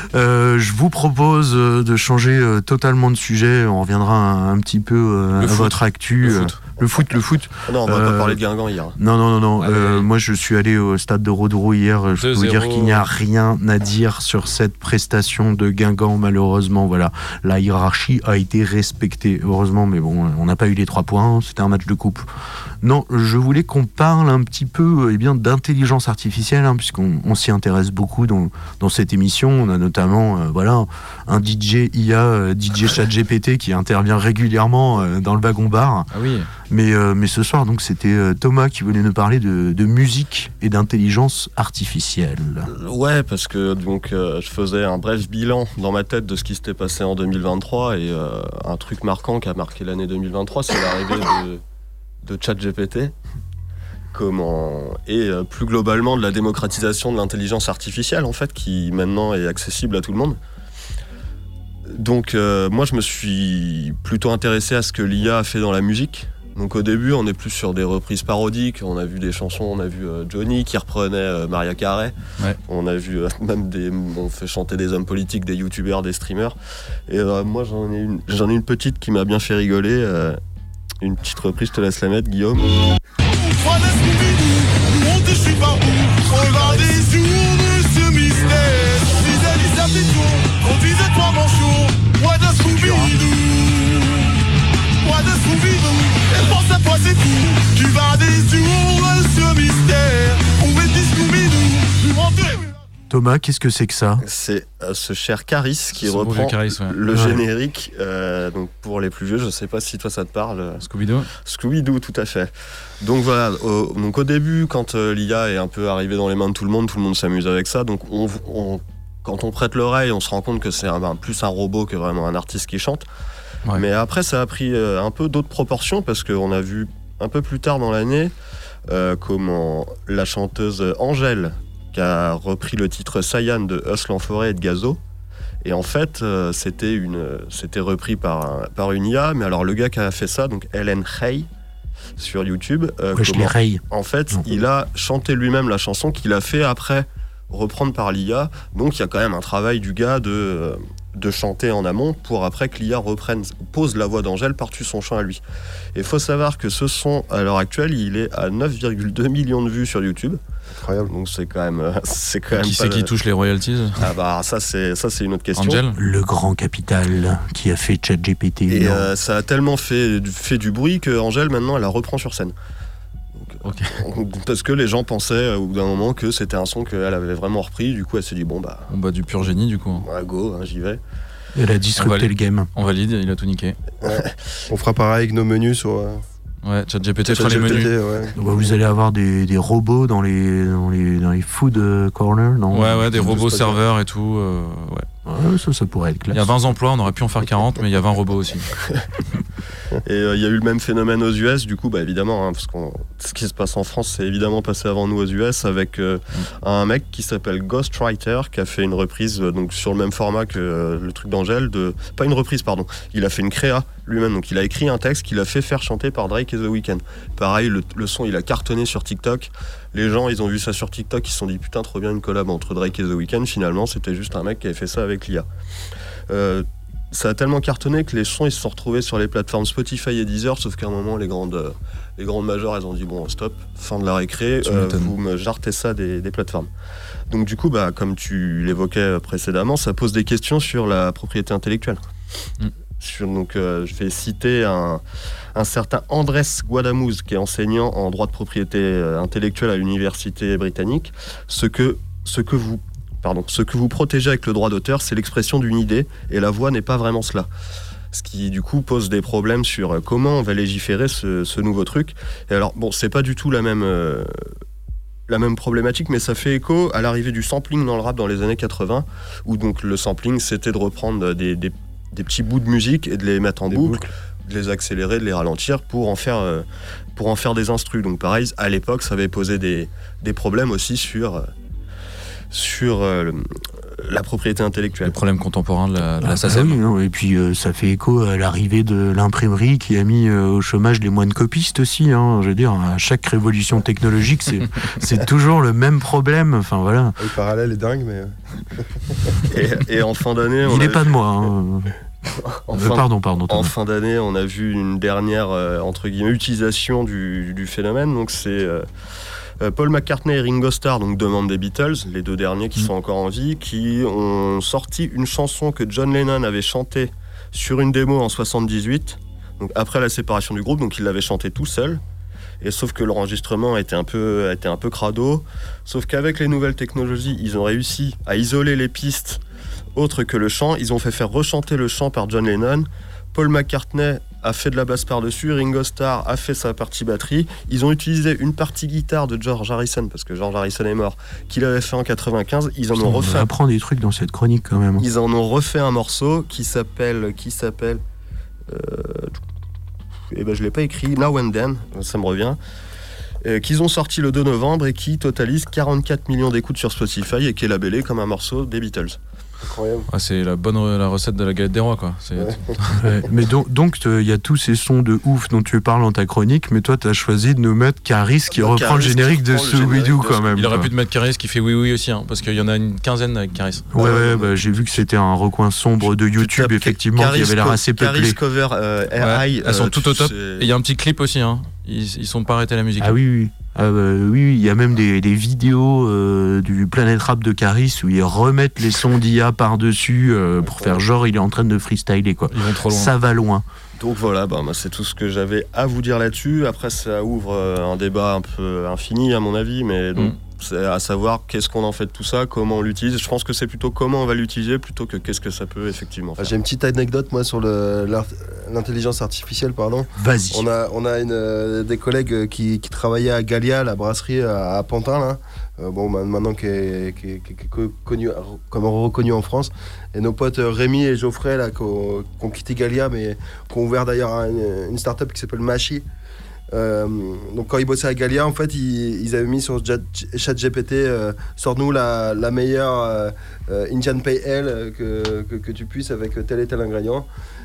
Euh, je vous propose de changer euh, totalement de sujet. On reviendra un, un petit peu euh, à foot. votre actu. Le euh, foot. Le foot, le foot. Non, on va Euh, pas parler de Guingamp hier. Non, non, non, non. Ah, Euh, oui. moi, je suis allé au stade de Rodourou hier. Je peux vous dire qu'il n'y a rien à dire sur cette prestation de Guingamp, malheureusement. Voilà, la hiérarchie a été respectée, heureusement, mais bon, on n'a pas eu les trois points. C'était un match de coupe. Non, je voulais qu'on parle un petit peu, eh bien, d'intelligence artificielle, hein, puisqu'on on s'y intéresse beaucoup dans, dans cette émission. On a notamment, euh, voilà, un D J I A, euh, D J ChatGPT, qui intervient régulièrement euh, dans le wagon bar. Ah oui. Mais, euh, mais ce soir, donc, c'était euh, Thomas qui voulait nous parler de, de musique et d'intelligence artificielle. Ouais, parce que donc euh, je faisais un bref bilan dans ma tête de ce qui s'était passé en deux mille vingt-trois et euh, un truc marquant qui a marqué l'année deux mille vingt-trois, c'est l'arrivée de, de ChatGPT. Comment et euh, plus globalement de la démocratisation de l'intelligence artificielle en fait, qui maintenant est accessible à tout le monde. Donc euh, moi je me suis plutôt intéressé à ce que l'I A a fait dans la musique. Donc au début on est plus sur des reprises parodiques, on a vu des chansons, on a vu euh, Johnny qui reprenait euh, Maria Carey, ouais. On a vu euh, même des, on fait chanter des hommes politiques, des youtubeurs, des streamers. Et euh, moi j'en ai une, j'en ai une petite qui m'a bien fait rigoler, euh, une petite reprise, je te laisse la mettre Guillaume. On te suit partout, regardez-nous de ce mystère. Vis-à-vis sa petite tour, conduisez-toi manchot. What a Scooby-Doo, what a Scooby-Doo. Et pense à toi c'est tout, tu vas désouvrir ce mystère. Où est Scooby-Doo, montez. Thomas, qu'est-ce que c'est que ça ? C'est euh, ce cher Caris qui Ce beau reprend vieux Caris, ouais. le Ouais. générique. Euh, donc pour les plus vieux, je sais pas si toi ça te parle. Scooby-Doo. Scooby-Doo, tout à fait. Donc voilà. Au, donc au début, quand euh, l'I A est un peu arrivée dans les mains de tout le monde, tout le monde s'amuse avec ça. Donc on, on, quand on prête l'oreille, on se rend compte que c'est un, ben, plus un robot que vraiment un artiste qui chante. Ouais. Mais après, ça a pris euh, un peu d'autres proportions parce qu'on a vu un peu plus tard dans l'année euh, comment la chanteuse Angèle, qui a repris le titre Cyan de Huss l'Enfoiré et de Gazo. Et en fait, euh, c'était, une, c'était repris par, un, par une I A, mais alors le gars qui a fait ça, donc Ellen Hay, sur YouTube, euh, Ouais, je les raye. en fait, Non. il a chanté lui-même la chanson qu'il a fait après reprendre par l'I A. Donc il y a quand même un travail du gars de, euh, de chanter en amont pour après que l'I A reprenne, pose la voix d'Angèle par-dessus son chant à lui. Et il faut savoir que ce son, à l'heure actuelle, il est à neuf virgule deux millions de vues sur YouTube. Incroyable. Donc c'est quand même, c'est quand même Qui pas c'est qui le- touche les royalties ? Ah bah ça c'est ça c'est une autre question. Angel ? Le grand capital qui a fait ChatGPT. Et non. euh, ça a tellement fait fait du bruit que Angèle maintenant elle la reprend sur scène. Ok. Donc, parce que les gens pensaient euh, au bout d'un moment que c'était un son qu'elle avait vraiment repris. Du coup elle s'est dit bon bah Bon bah du pur génie du coup. ouais, go hein, j'y vais. Elle a On disrupté valide. le game. On valide, il a tout niqué. On fera pareil avec nos menus sur. euh, Ouais, ChatGPT fera les ChatGPT, menus. ouais. Donc, vous allez avoir des, des robots dans les, dans les, dans les food euh, corners, non ? Ouais, ouais, des Tout robots se passe bien. serveurs et tout. euh, ouais. Ouais, ça, ça pourrait être Il classe. y a vingt emplois, on aurait pu en faire quarante, mais il y a vingt robots aussi. Et euh, il y a eu le même phénomène aux U S, du coup, bah évidemment, hein, parce que ce qui se passe en France, c'est évidemment passé avant nous aux U S avec euh, un mec qui s'appelle Ghostwriter, qui a fait une reprise euh, donc sur le même format que euh, le truc d'Angèle, de pas une reprise, pardon. Il a fait une créa lui-même, donc il a écrit un texte qu'il a fait faire chanter par Drake et The Weeknd. Pareil, le, le son, il a cartonné sur TikTok. Les gens, ils ont vu ça sur TikTok, ils se sont dit putain, trop bien une collab entre Drake et The Weeknd. Finalement, c'était juste un mec qui avait fait ça avec l'I A. Euh, ça a tellement cartonné que les sons ils se sont retrouvés sur les plateformes Spotify et Deezer, sauf qu'à un moment les grandes, euh, les grandes majors elles ont dit bon stop, fin de la récré, Tu euh, m'étonnes. vous me jartez ça des, des plateformes. Donc du coup bah, comme tu l'évoquais précédemment, ça pose des questions sur la propriété intellectuelle. Mm. Sur, donc euh, je vais citer un, un certain Andrés Guadamuz qui est enseignant en droit de propriété euh, intellectuelle à l'université britannique. Ce que, ce que vous Pardon, ce que vous protégez avec le droit d'auteur, c'est l'expression d'une idée, et la voix n'est pas vraiment cela. Ce qui, du coup, pose des problèmes sur euh, comment on va légiférer ce, ce nouveau truc. Et alors, bon, c'est pas du tout la même, euh, la même problématique, mais ça fait écho à l'arrivée du sampling dans le rap dans les années quatre-vingts, où donc le sampling, c'était de reprendre des, des, des petits bouts de musique et de les mettre en boucle, de les accélérer, de les ralentir pour en faire, euh, pour en faire des instrus. Donc pareil, à l'époque, ça avait posé des, des problèmes aussi sur... euh, sur euh, la propriété intellectuelle. Les problèmes contemporains de la, de la Ah, S A C M. oui, non, et puis euh, ça fait écho à l'arrivée de l'imprimerie qui a mis euh, au chômage les moines copistes aussi. Hein, je veux dire, à chaque révolution technologique, c'est, c'est toujours le même problème. Enfin voilà. Le parallèle est dingue, mais. Et, et en fin d'année, on Il a n'est pas vu- de moi. Hein. En Euh, fin, pardon, pardon. en Thomas. fin d'année, on a vu une dernière euh, entre guillemets utilisation du, du phénomène. Donc c'est euh, euh, Paul McCartney et Ringo Starr, donc deux membres des Beatles, les deux derniers qui Mm. sont encore en vie, qui ont sorti une chanson que John Lennon avait chantée sur une démo en soixante-dix-huit, donc après la séparation du groupe. Donc il l'avait chantée tout seul. Et sauf que l'enregistrement a été un peu, a été un peu crado. Sauf qu'avec les nouvelles technologies, ils ont réussi à isoler les pistes autres que le chant. Ils ont fait faire rechanter le chant par John Lennon. Paul McCartney a fait de la basse par-dessus. Ringo Starr a fait sa partie batterie. Ils ont utilisé une partie guitare de George Harrison, parce que George Harrison est mort, qu'il avait fait en quatre-vingt-quinze. Ils en Putain, ont on refait. apprend des trucs dans cette chronique quand même. Ils en ont refait un morceau qui s'appelle, qui s'appelle, euh, eh ben je l'ai pas écrit, Now and Then, ça me revient, euh, qu'ils ont sorti le deux novembre et qui totalise quarante-quatre millions d'écoutes sur Spotify et qui est labellé comme un morceau des Beatles. Incroyable. Ah, c'est la bonne re- la recette de la galette des rois, quoi. C'est... Ouais, mais donc, donc il y a tous ces sons de ouf dont tu parles dans ta chronique, mais toi, tu as choisi de nous mettre Caris qui Donc, reprend le Caris générique qui de reprend le générique Scooby-Doo de quand même. Il aurait quoi. pu te mettre Caris qui fait oui oui aussi, hein, parce qu'il y en a une quinzaine avec Caris. Ouais, ouais, bah, j'ai vu que c'était un recoin sombre de YouTube, tapes effectivement, Caris qui avait l'air co- assez peuplé. Caris cover euh, Ouais, High, elles sont euh, toutes au top. c'est- Et il y a un petit clip aussi, hein. Ils, ils sont pas arrêtés à la musique. Ah oui, oui. Ah bah, oui, oui, il y a même des, des vidéos euh, du Planet Rap de Caris où ils remettent les sons d'I A par-dessus euh, pour faire genre il est en train de freestyler, quoi. Ils vont trop loin. Ça va loin. Donc voilà, bah, moi, c'est tout ce que j'avais à vous dire là-dessus. Après, ça ouvre euh, un débat un peu infini, à mon avis, mais donc, Mm. c'est à savoir qu'est-ce qu'on en fait de tout ça, comment on l'utilise. Je pense que c'est plutôt comment on va l'utiliser plutôt que qu'est-ce que ça peut effectivement Ah, faire. J'ai une petite anecdote moi sur le, l'art- l'intelligence artificielle, pardon. Vas-y. On a, on a une, euh, des collègues euh, qui, qui travaillaient à Gallia, la brasserie à, à Pantin, là. Euh, bon, ma- maintenant qui est, qui est- qui est- qui est co- connu, comme reconnu en France. Et nos potes euh, Rémi et Geoffrey, là, qui ont, qui ont quitté Gallia, mais qui ont ouvert d'ailleurs une, une start-up qui s'appelle Machi. Euh, donc quand ils bossaient à Gallia, en fait, ils, ils avaient mis sur ChatGPT, euh, sors-nous la, la meilleure euh, euh, Indian Pale Ale que, que, que tu puisses avec tel et tel ingrédient.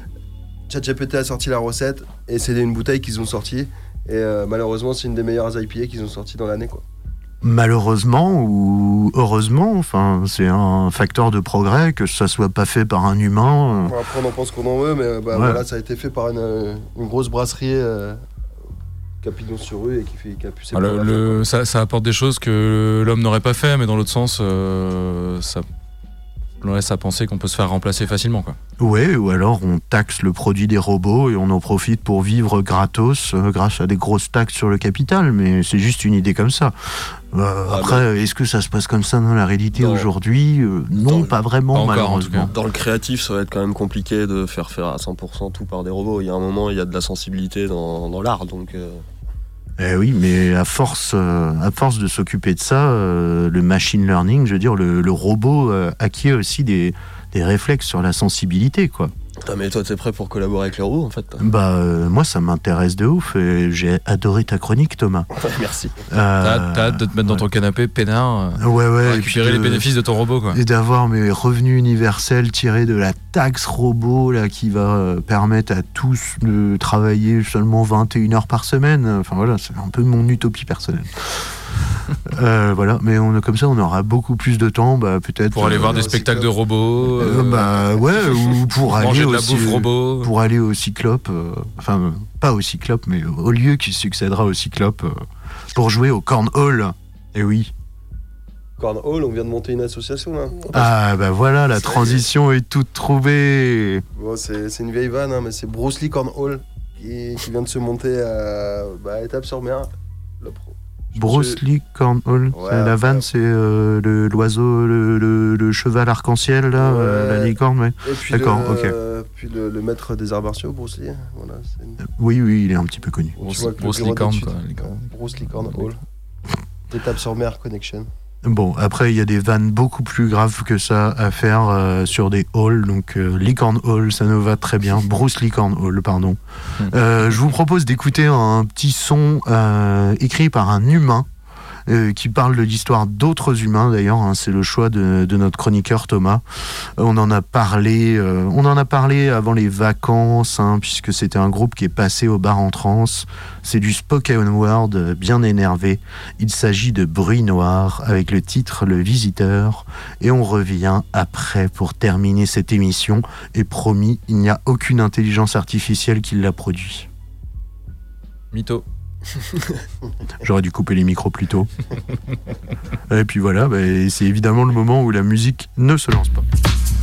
ChatGPT a sorti la recette et c'est une bouteille qu'ils ont sortie. Et euh, malheureusement, c'est une des meilleures I P A qu'ils ont sorties dans l'année, quoi. Malheureusement ou heureusement, enfin, c'est un facteur de progrès que ça soit pas fait par un humain. Bon, après, on en pense qu'on en veut, mais euh, bah, Ouais. voilà, ça a été fait par une, euh, une grosse brasserie euh, qui a pignon sur rue et qui, fait, qui a pu Ah, le- le- ça, ça apporte des choses que l'homme n'aurait pas fait, mais dans l'autre sens, euh, ça nous laisse à penser qu'on peut se faire remplacer facilement, quoi. Ouais, ou alors on taxe le produit des robots et on en profite pour vivre gratos euh, grâce à des grosses taxes sur le capital, mais c'est juste une idée comme ça. Euh, Ah, après, est-ce que ça se passe comme ça dans la réalité Dans- aujourd'hui Euh, Non, dans- pas vraiment, pas encore, en tout malheureusement. Dans le créatif, ça va être quand même compliqué de faire faire à cent pour cent tout par des robots. Il y a un moment, il y a de la sensibilité dans, dans l'art, donc euh, Eh oui, mais à force, euh, à force de s'occuper de ça, euh, le machine learning, je veux dire, le, le robot euh, acquiert aussi des, des réflexes sur la sensibilité, quoi. putain, mais toi, t'es prêt pour collaborer avec les robots, en fait. Bah, euh, moi, ça m'intéresse de ouf et j'ai adoré ta chronique, Thomas. Merci. T'as Euh, hâte- t'as hâte de te mettre dans ton canapé, peinard, euh, Ouais, ouais. et récupérer puis les de- bénéfices de ton robot, quoi. Et d'avoir mes revenus universels tirés de la taxe robot là, qui va euh, permettre à tous de travailler seulement vingt et une heures par semaine. Enfin voilà, c'est un peu mon utopie personnelle. Euh, voilà, mais on, comme ça on aura beaucoup plus de temps, bah, peut-être. Pour aller euh, voir des spectacles de robots. euh, euh, bah ouais, ou pour manger aller de au la cy- bouffe robot. pour aller au Cyclope, euh, enfin euh, pas au Cyclope, mais au lieu qui succédera au Cyclope, euh, pour jouer au Cornhole. Et oui. Cornhole, on vient de monter une association, là. Ah bah voilà, la Ça y est. transition est toute trouvée. Bon, c'est, c'est une vieille vanne, hein, mais c'est Bruce Lee Cornhole qui, qui vient de se monter à, bah, à Étape-sur-Mer. Le pro. Bruce Je- Lee Cornhole, Ouais, c'est la enfin, vanne, c'est euh, le- l'oiseau, le, le- le cheval arc-en-ciel, là, Ouais. euh, la licorne, ouais. Et puis, D'accord, le, ok. puis le, le maître des arts martiaux, Bruce Lee. Voilà, c'est une... Oui, oui, il est un petit peu connu. Tu vois que le Bruce bureau Licorne, d'études. quoi, Licorne. Ouais, Bruce Lee Cornhole. Étape-sur-Mer Connection. Bon, après, il y a des vannes beaucoup plus graves que ça à faire euh, sur des halls, donc euh, Licorne Hall, ça nous va très bien. Bruce Licorne Hall, pardon. Hmm. Euh, je vous propose d'écouter un petit son euh, écrit par un humain. euh, qui parle de l'histoire d'autres humains d'ailleurs, hein, c'est le choix de, de notre chroniqueur Thomas. Euh, on en a parlé, euh, on en a parlé avant les vacances, hein, puisque c'était un groupe qui est passé au bar en trance. C'est du spoken word bien énervé. Il s'agit de Bruit Noir avec le titre Le Visiteur, et on revient après pour terminer cette émission. Et promis, il n'y a aucune intelligence artificielle qui l'a produit. Mytho. J'aurais dû couper les micros plus tôt. Et puis voilà, bah, c'est évidemment le moment où la musique ne se lance pas.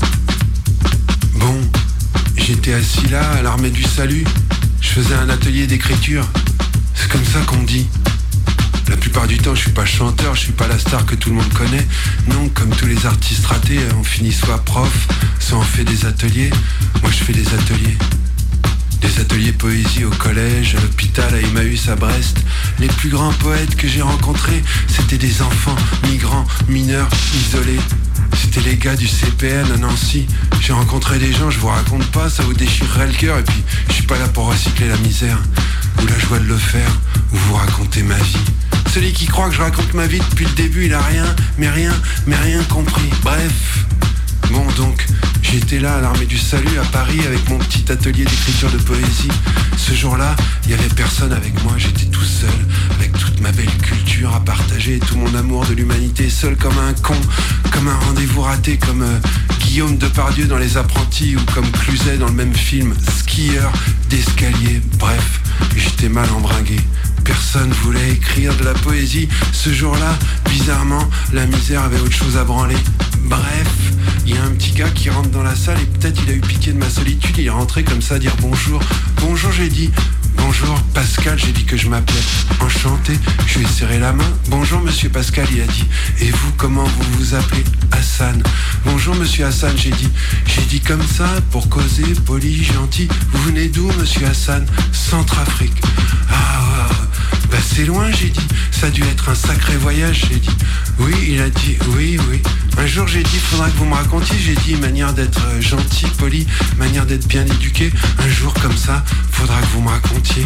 Bon, j'étais assis là à l'armée du salut. Je faisais un atelier d'écriture. C'est comme ça qu'on dit. La plupart du temps, je suis pas chanteur, je suis pas la star que tout le monde connaît. Non, comme tous les artistes ratés, on finit soit prof, soit on fait des ateliers. Moi, je fais des ateliers. Des ateliers poésie au collège, à l'hôpital, à Emmaüs, à Brest. Les plus grands poètes que j'ai rencontrés, c'était des enfants, migrants, mineurs, isolés. C'était les gars du C P N à Nancy. J'ai rencontré des gens, je vous raconte pas, ça vous déchirerait le cœur. Et puis, je suis pas là pour recycler la misère, ou la joie de le faire, ou vous raconter ma vie. Celui qui croit que je raconte ma vie depuis le début, il a rien, mais rien, mais rien compris. Bref... Bon donc, j'étais là à l'armée du salut à Paris avec mon petit atelier d'écriture de poésie. Ce jour-là, il y avait personne avec moi, j'étais tout seul, avec toute ma belle culture à partager, tout mon amour de l'humanité, seul comme un con, comme un rendez-vous raté, comme euh, Guillaume Depardieu dans Les Apprentis ou comme Cluzet dans le même film, skieur d'escalier. Bref, j'étais mal embringué. Personne voulait écrire de la poésie. Ce jour-là, bizarrement, la misère avait autre chose à branler. Bref, il y a un petit gars qui rentre dans la salle et peut-être il a eu pitié de ma solitude. Il est rentré comme ça dire bonjour. Bonjour, j'ai dit. Bonjour Pascal, j'ai dit que je m'appelais. Enchanté, je lui ai serré la main. Bonjour monsieur Pascal, il a dit. Et vous, comment vous vous appelez? Hassan. Bonjour monsieur Hassan, j'ai dit. J'ai dit comme ça, pour causer, poli, gentil. Vous venez d'où monsieur Hassan? Centrafrique. Ah, bah c'est loin, j'ai dit. Ça a dû être un sacré voyage, j'ai dit. Oui, il a dit, oui, oui. Un jour j'ai dit, faudra que vous me racontiez. J'ai dit, manière d'être gentil, poli, manière d'être bien éduqué. Un jour comme ça, faudra que vous me racontiez.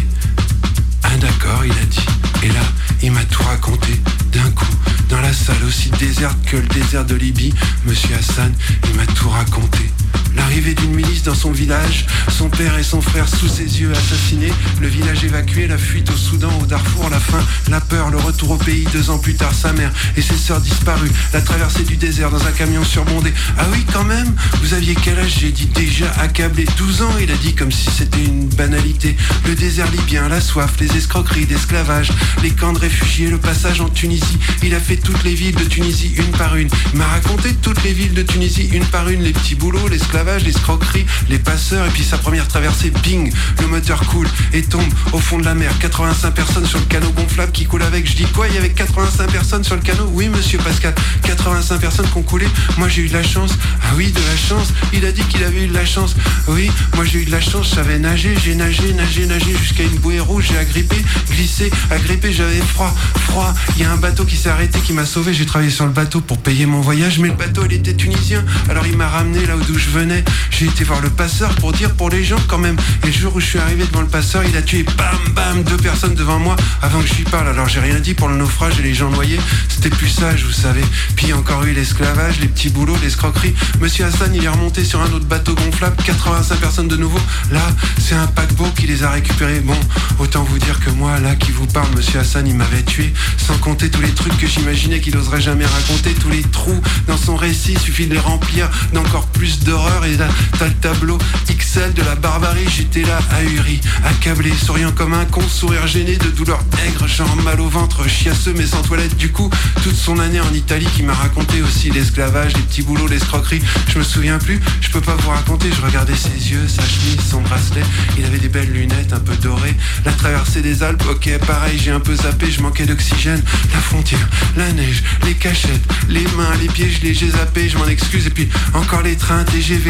Ah d'accord, il a dit. Et là, il m'a tout raconté, d'un coup. Dans la salle aussi déserte que le désert de Libye, monsieur Hassan, il m'a tout raconté. L'arrivée d'une milice dans son village, son père et son frère sous ses yeux assassinés, le village évacué, la fuite au Soudan, au Darfour, la faim, la peur, le retour au pays, deux ans plus tard, sa mère et ses sœurs disparues, la traversée du désert dans un camion surbondé. Ah oui, quand même, vous aviez quel âge? J'ai dit déjà accablé, douze ans, il a dit comme si c'était une banalité. Le désert libyen, la soif, les escroqueries d'esclavage, les camps de réfugiés, le passage en Tunisie. Il a fait toutes les villes de Tunisie une par une. Il m'a raconté toutes les villes de Tunisie une par une, les petits boulots, l'esclavage, les escroqueries, les passeurs, et puis sa première traversée, bing, le moteur coule et tombe au fond de la mer. quatre-vingt-cinq personnes sur le canot gonflable qui coule avec. Je dis quoi, il y avait quatre-vingt-cinq personnes sur le canot? Oui monsieur Pascal, quatre-vingt-cinq personnes qui ont coulé. Moi j'ai eu de la chance. Ah oui, de la chance. Il a dit qu'il avait eu de la chance. Oui, moi j'ai eu de la chance, je savais nager, j'ai nagé, nagé, nagé jusqu'à une bouée rouge, j'ai agrippé, glissé, agrippé, j'avais froid, froid. Il y a un bateau qui s'est arrêté, qui m'a sauvé, j'ai travaillé sur le bateau pour payer mon voyage, mais le bateau il était tunisien, alors il m'a ramené là d'où je venais. J'ai été voir le passeur pour dire pour les gens quand même. Et le jour où je suis arrivé devant le passeur, il a tué bam bam deux personnes devant moi avant que je lui parle. Alors j'ai rien dit pour le naufrage et les gens noyés. C'était plus sage, vous savez. Puis encore eu l'esclavage, les petits boulots, l'escroquerie. Monsieur Hassan, il est remonté sur un autre bateau gonflable, quatre-vingt-cinq personnes de nouveau. Là, c'est un paquebot qui les a récupérés. Bon, autant vous dire que moi, là, qui vous parle, monsieur Hassan, il m'avait tué. Sans compter tous les trucs que j'imaginais qu'il oserait jamais raconter. Tous les trous dans son récit, suffit de les remplir d'encore plus d'horreur. Et là, t'as le tableau X L de la barbarie. J'étais là, ahuri, accablé, souriant comme un con, sourire gêné de douleur aigre, genre mal au ventre, chiasseux mais sans toilette. Du coup, toute son année en Italie qui m'a raconté aussi l'esclavage, les petits boulots, l'escroquerie. Je me souviens plus, je peux pas vous raconter. Je regardais ses yeux, sa chemise, son bracelet. Il avait des belles lunettes un peu dorées. La traversée des Alpes, ok, pareil, j'ai un peu zappé, je manquais d'oxygène. La frontière, la neige, les cachettes, les mains, les pieds, je les j'ai zappés, je m'en excuse. Et puis encore les trains, T G V,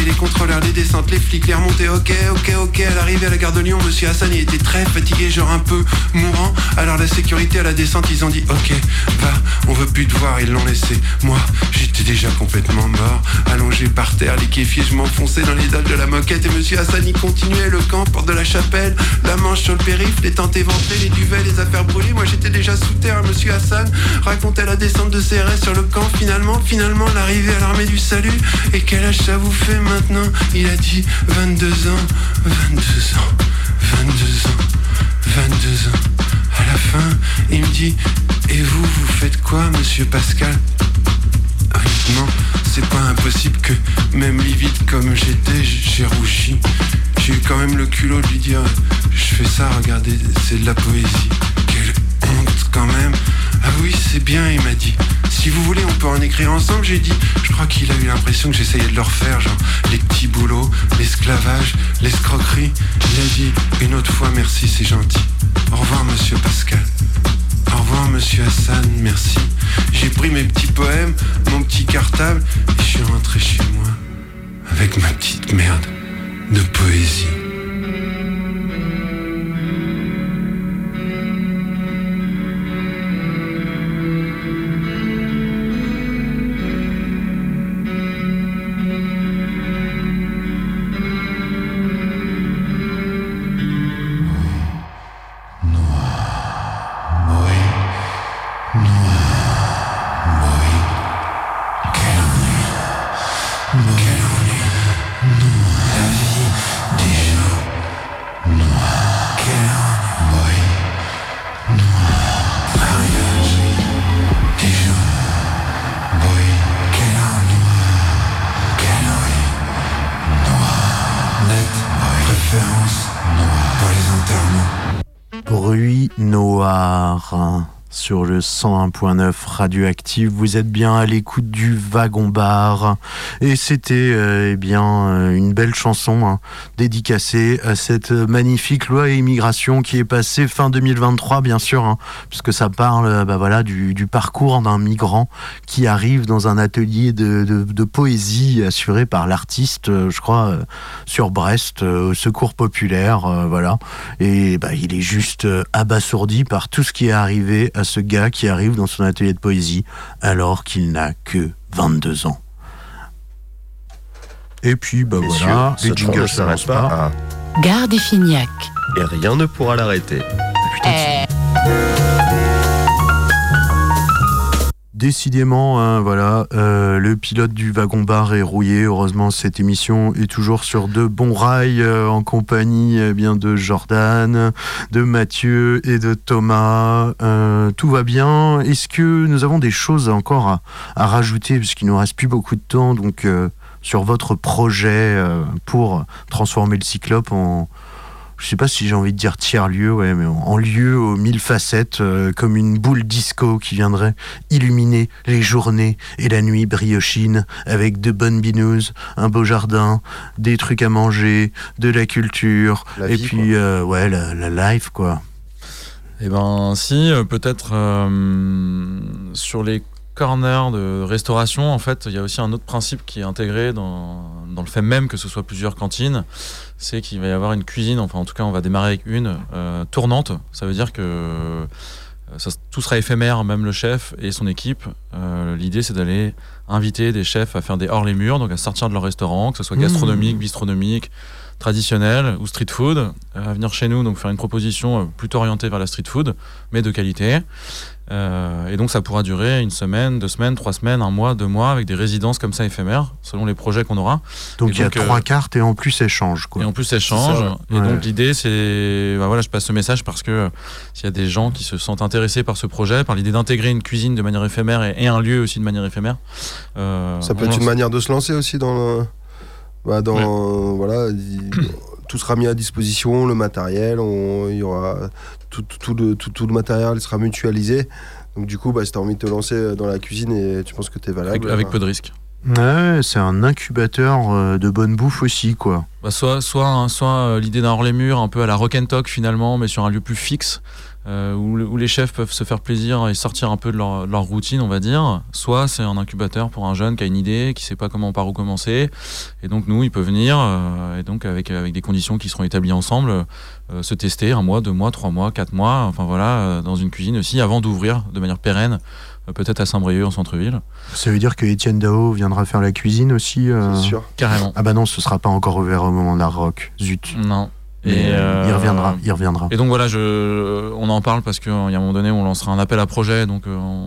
les contrôleurs, les descentes, les flics, les remontées. Ok, ok, ok. À l'arrivée à la gare de Lyon, monsieur Hassan il était très fatigué, genre un peu mourant. Alors la sécurité à la descente, ils ont dit ok, va, on veut plus te voir, ils l'ont laissé. Moi, j'étais déjà complètement mort, allongé par terre, liquéfié, je m'enfonçais dans les dalles de la moquette. Et monsieur Hassan il continuait le camp, porte de la Chapelle, la Manche sur le périph', les tentes éventrées, les duvets, les affaires brûlées. Moi j'étais déjà sous terre. Monsieur Hassan racontait la descente de C R S sur le camp. Finalement, finalement l'arrivée à l'armée du salut. Et quel âge ça vous fait maintenant? Il a dit vingt-deux ans, vingt-deux ans, vingt-deux ans, vingt-deux ans. À la fin, il me dit et vous, vous faites quoi, monsieur Pascal? Honnêtement, c'est pas impossible que, même livide comme j'étais, j'ai rougi. J'ai eu quand même le culot de lui dire je fais ça, regardez, c'est de la poésie. Quelle honte quand même. Ah oui, c'est bien, il m'a dit. Si vous voulez, on peut en écrire ensemble, j'ai dit. Je crois qu'il a eu l'impression que j'essayais de le refaire, genre les petits boulots, l'esclavage, l'escroquerie. Il a dit une autre fois merci, c'est gentil. Au revoir, monsieur Pascal. Au revoir, monsieur Hassan, merci. J'ai pris mes petits poèmes, mon petit cartable, et je suis rentré chez moi avec ma petite merde de poésie. Sur le cent un point neuf Radioactive, vous êtes bien à l'écoute du Wagon Bar et c'était euh, eh bien une belle chanson hein, dédicacée à cette magnifique loi immigration qui est passée fin deux mille vingt-trois bien sûr, hein, puisque ça parle bah, voilà, du, du parcours d'un migrant qui arrive dans un atelier de, de, de poésie assuré par l'artiste, euh, je crois, euh, sur Brest, euh, au Secours Populaire, euh, voilà, et bah, il est juste euh, abasourdi par tout ce qui est arrivé à ce gars qui arrive dans son atelier de poésie alors qu'il n'a que vingt-deux ans. Et puis, bah Messieurs, voilà, les jingles ne s'arrêtent pas à... Gare des Fignac. Et rien ne pourra l'arrêter. Putain, Eh. Décidément, hein, voilà, euh, le pilote du Wagon Bar est rouillé. Heureusement, cette émission est toujours sur de bons rails euh, en compagnie eh bien de Jordan, de Mathieu et de Thomas. Euh, tout va bien. Est-ce que nous avons des choses encore à, à rajouter puisqu'il nous reste plus beaucoup de temps donc euh, sur votre projet euh, pour transformer le Cyclope en je sais pas si j'ai envie de dire tiers-lieu, ouais, mais en lieu aux mille facettes, euh, comme une boule disco qui viendrait illuminer les journées et la nuit briochine avec de bonnes binouses, un beau jardin, des trucs à manger, de la culture, La et vie, puis euh, ouais, la, la life, quoi. Eh ben, si, euh, peut-être euh, sur les corners de restauration, en fait, il y a aussi un autre principe qui est intégré dans, dans le fait même que ce soit plusieurs cantines, c'est qu'il va y avoir une cuisine, enfin en tout cas on va démarrer avec une euh, tournante, ça veut dire que euh, ça, tout sera éphémère, même le chef et son équipe. Euh, l'idée c'est d'aller inviter des chefs à faire des hors les murs, donc à sortir de leur restaurant, que ce soit gastronomique, mmh. bistronomique, traditionnel ou street food, euh, à venir chez nous, donc faire une proposition euh, plutôt orientée vers la street food, mais de qualité. Euh, et donc ça pourra durer une semaine, deux semaines, trois semaines, un mois, deux mois, avec des résidences comme ça éphémères, selon les projets qu'on aura. Donc il y a euh, trois cartes et en plus échange, quoi. Et en plus échange. Ça, et ouais. donc l'idée c'est, bah voilà, je passe ce message parce que euh, s'il y a des gens qui se sentent intéressés par ce projet, par l'idée d'intégrer une cuisine de manière éphémère et, et un lieu aussi de manière éphémère. Euh, ça peut être une manière de se lancer aussi dans, le, bah dans ouais. voilà. Il, tout sera mis à disposition, le matériel, on, il y aura tout, tout, tout, le, tout, tout le matériel sera mutualisé. Donc du coup, bah, si tu as envie de te lancer dans la cuisine et tu penses que tu es valable... Avec, avec peu de risques. Ouais, c'est un incubateur euh, de bonne bouffe aussi, quoi. Bah soit soit, hein, soit euh, l'idée d'un hors-les-murs, un peu à la Rock and Talk finalement, mais sur un lieu plus fixe, euh, où, où les chefs peuvent se faire plaisir et sortir un peu de leur, de leur routine, on va dire. Soit c'est un incubateur pour un jeune qui a une idée, qui sait pas comment par où commencer, et donc nous, il peut venir, euh, et donc avec, avec des conditions qui seront établies ensemble, euh, se tester un mois, deux mois, trois mois, quatre mois, enfin voilà, euh, dans une cuisine aussi, avant d'ouvrir de manière pérenne, euh, peut-être à Saint-Brieuc en centre-ville. Ça veut dire que Étienne Dao viendra faire la cuisine aussi euh... C'est sûr. Carrément. Ah bah non, ce sera pas encore ouvert au moment de la rock. Zut. Non. Mais Et euh, il reviendra, il reviendra. Et donc voilà, je, on en parle parce qu'il y a un moment donné où on lancera un appel à projet, donc euh, on,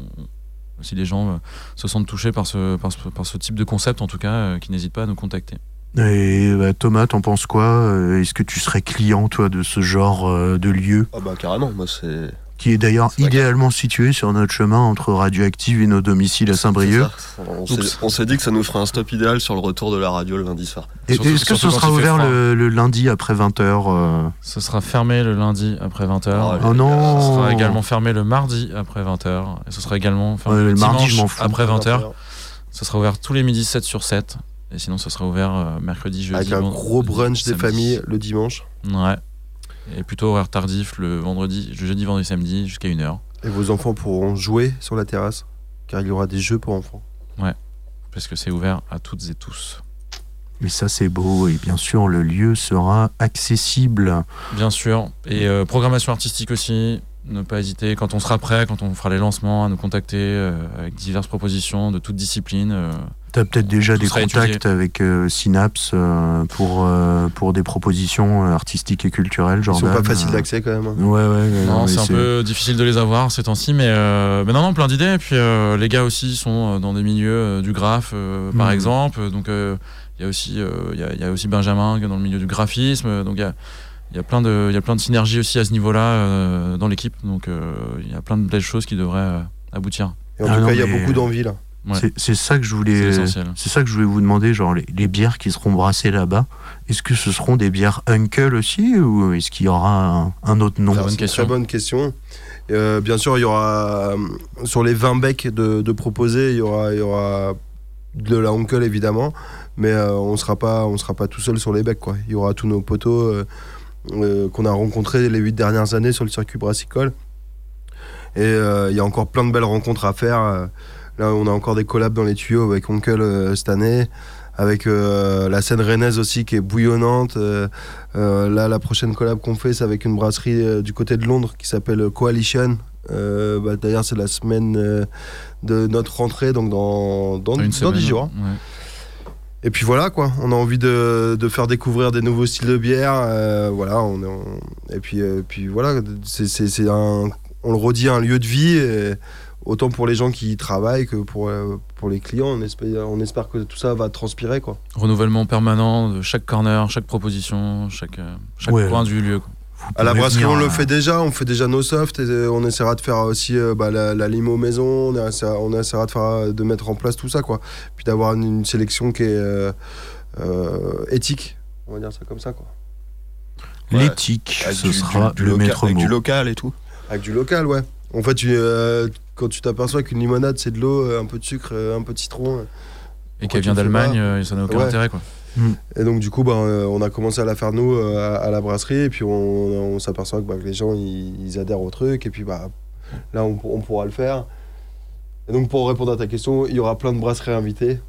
si les gens euh, se sentent touchés par ce, par, ce, par ce type de concept, en tout cas, euh, qu'ils n'hésitent pas à nous contacter. Et bah, Thomas, t'en penses quoi ? Est-ce que tu serais client, toi, de ce genre euh, de lieu ? Ah bah carrément, moi c'est... Qui est d'ailleurs idéalement situé sur notre chemin entre Radioactive et nos domiciles à Saint-Brieuc. On s'est, on s'est dit que ça nous ferait un stop idéal sur le retour de la radio le lundi soir. Et Surtout- est-ce que ce surtout quand sera il fait ouvert froid. le, le lundi après vingt heures euh... Ce sera fermé le lundi après vingt heures. Oh non. Ce sera également fermé le mardi après vingt heures. Et ce sera également fermé Ouais, le le mardi, dimanche je m'en fous. après vingt heures. Ce sera ouvert tous les midis sept sur sept. Et sinon, ce sera ouvert euh, mercredi, jeudi. Avec un vend- gros brunch des samedi. familles le dimanche. Ouais. Et plutôt horaire tardif le vendredi, le jeudi, vendredi, samedi jusqu'à une heure. Et vos enfants pourront jouer sur la terrasse, car il y aura des jeux pour enfants. Ouais. Parce que c'est ouvert à toutes et tous. Mais ça, c'est beau. Et bien sûr, le lieu sera accessible. Bien sûr. Et euh, programmation artistique aussi. Ne pas hésiter, quand on sera prêt, quand on fera les lancements, à nous contacter euh, avec diverses propositions de toutes disciplines. Euh, T'as peut-être déjà tout des sera contacts étudié. avec euh, Synapse euh, pour, euh, pour des propositions euh, artistiques et culturelles, Ils sont Jordan. pas faciles euh, d'accès quand même. hein. Ouais, ouais. ouais, Non, mais c'est un peu difficile de les avoir ces temps-ci, mais, euh, mais non, non, plein d'idées. Et puis euh, les gars aussi sont euh, dans des milieux euh, du graphe, euh, par Mhm. exemple. Donc euh, il y a aussi, euh, il y a, il y a aussi Benjamin qui est dans le milieu du graphisme. Donc il y a, il y a plein de, il y a plein de synergies aussi à ce niveau-là euh, dans l'équipe. Donc euh, il y a plein de belles choses qui devraient euh, aboutir. Et en Ah tout non, cas, il y a mais- beaucoup d'envie là. Ouais. C'est, c'est ça que je C'est voulais. l'essentiel. C'est ça que je voulais vous demander, genre les, les bières qui seront brassées là-bas. Est-ce que ce seront des bières Uncle aussi, ou est-ce qu'il y aura un, un autre nom ? Alors, bonne c'est une question. très bonne question. Euh, bien sûr, il y aura euh, sur les vingt becs de, de proposés, il y aura, il y aura de la Uncle évidemment, mais euh, on sera pas, on sera pas tout seul sur les becs quoi. Il y aura tous nos potos euh, euh, qu'on a rencontrés les huit dernières années sur le circuit brassicole. Et euh, il y a encore plein de belles rencontres à faire. euh, Là, on a encore des collabs dans les tuyaux avec Oncle euh, cette année, avec euh, la scène rennaise aussi qui est bouillonnante. Euh, euh, là, la prochaine collab qu'on fait, c'est avec une brasserie euh, du côté de Londres qui s'appelle Coalition. Euh, bah, d'ailleurs, c'est la semaine euh, de notre rentrée, donc dans, dans, Une dans semaine, dix jours. ouais. Et puis voilà, quoi. On a envie de, de faire découvrir des nouveaux styles de bière. Euh, voilà, on, est- on- et puis, euh, puis voilà, c'est, c'est, c'est un, on le redit, un lieu de vie. Et, autant pour les gens qui y travaillent que pour, euh, pour les clients. On espère, on espère que tout ça va transpirer, quoi. Renouvellement permanent de chaque corner, chaque proposition, chaque, euh, chaque Ouais. coin du lieu. quoi. À la pouvez brasserie, venir, on le euh, fait déjà. On fait déjà nos softs. Et euh, on essaiera de faire aussi euh, bah, la, la limo maison. On essaiera, on essaiera de, faire, de mettre en place tout ça, quoi. Puis d'avoir une, une sélection qui est euh, euh, éthique. On va dire ça comme ça, quoi. L'éthique, Avec ce du- sera du- du le loca- maître avec mot. du local et tout. Avec du local, ouais. En fait, tu, euh, quand tu t'aperçois qu'une limonade, c'est de l'eau, euh, un peu de sucre, euh, un peu de citron. euh, Et pourquoi qu'elle vient tu le fais d'Allemagne, pas euh, ça n'a aucun Ouais. intérêt. Quoi. Et donc, du coup, bah, euh, on a commencé à la faire, nous, euh, à, à la brasserie. Et puis, on, on s'aperçoit que, bah, que les gens, ils, ils adhèrent au truc. Et puis, bah, là, on, on pourra le faire. Et donc, pour répondre à ta question, il y aura plein de brasseries invitées.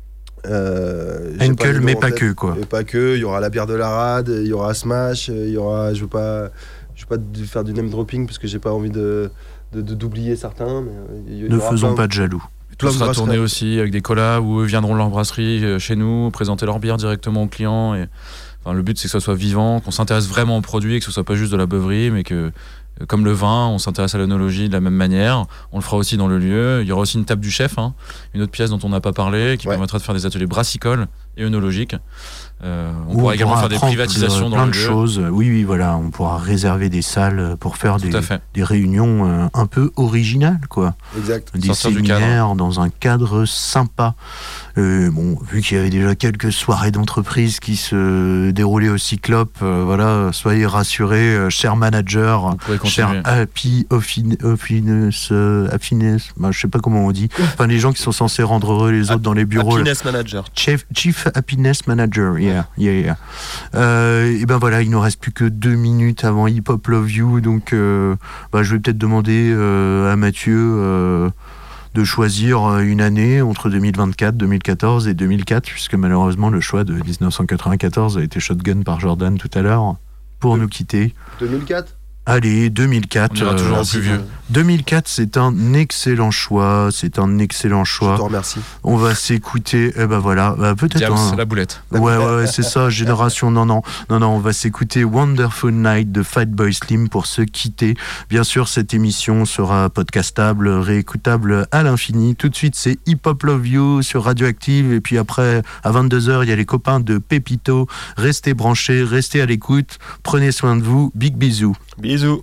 Euh, j'ai pas les Henkel, noms mais en pas tête. que, quoi. Et pas que. Il y aura la bière de la rade, il y aura Smash, il y aura. Je veux pas, je veux pas d- faire du name dropping parce que j'ai pas envie de, de, de- d'oublier certains. Mais euh, il y Ne aura faisons plein- pas de jaloux. Tout plein de sera brasseries. tourné aussi avec des collabs où eux viendront leur brasserie euh, chez nous, présenter leur bière directement aux clients. Et, enfin, le but, c'est que ça soit vivant, qu'on s'intéresse vraiment aux produits, que ce soit pas juste de la beuverie, mais que, euh, comme le vin, on s'intéresse à l'œnologie de la même manière. On le fera aussi dans le lieu. Il y aura aussi une table du chef, hein, une autre pièce dont on n'a pas parlé, qui Ouais. permettra de faire des ateliers brassicoles et œnologiques. Euh, on pourra également faire des privatisations plein dans le de lieu. choses. Oui, oui, voilà, on pourra réserver des salles pour faire des, à fait. des réunions euh, un peu originales, quoi. Exact. Des Sortir du séminaires dans un cadre sympa. Euh, bon, vu qu'il y avait déjà quelques soirées d'entreprise qui se déroulaient au Cyclope, euh, voilà, soyez rassurés, euh, chers managers, chers happy offi- offiness, euh, happiness, bah, je sais pas comment on dit. Enfin, les gens qui sont censés rendre heureux les autres dans les bureaux. Happiness Manager. Chief, Chief Happiness Manager, yeah, yeah, yeah. Euh, et ben voilà, il ne reste plus que deux minutes avant Hip Hop Love You, donc euh, bah, je vais peut-être demander euh, à Mathieu euh, de choisir une année entre deux mille vingt-quatre, deux mille quatorze et deux mille quatre, puisque malheureusement le choix de dix-neuf cent quatre-vingt-quatorze a été shotgun par Jordan tout à l'heure pour nous quitter. deux mille quatre Allez, deux mille quatre. On ira toujours euh, au plus vieux. deux mille quatre, c'est un excellent choix. C'est un excellent choix. Je te remercie. On va s'écouter. Eh ben voilà, bah, peut-être. Diams, un... la boulette. Ouais, ouais, ouais, c'est ça. Génération. Non, non, non, non. On va s'écouter Wonderful Night de Fatboy Slim pour se quitter. Bien sûr, cette émission sera podcastable, réécoutable à l'infini. Tout de suite, c'est Hip Hop Love You sur Radioactive. Et puis après, à vingt-deux heures, il y a les copains de Pépito. Restez branchés, restez à l'écoute. Prenez soin de vous. Big bisous. Bisous.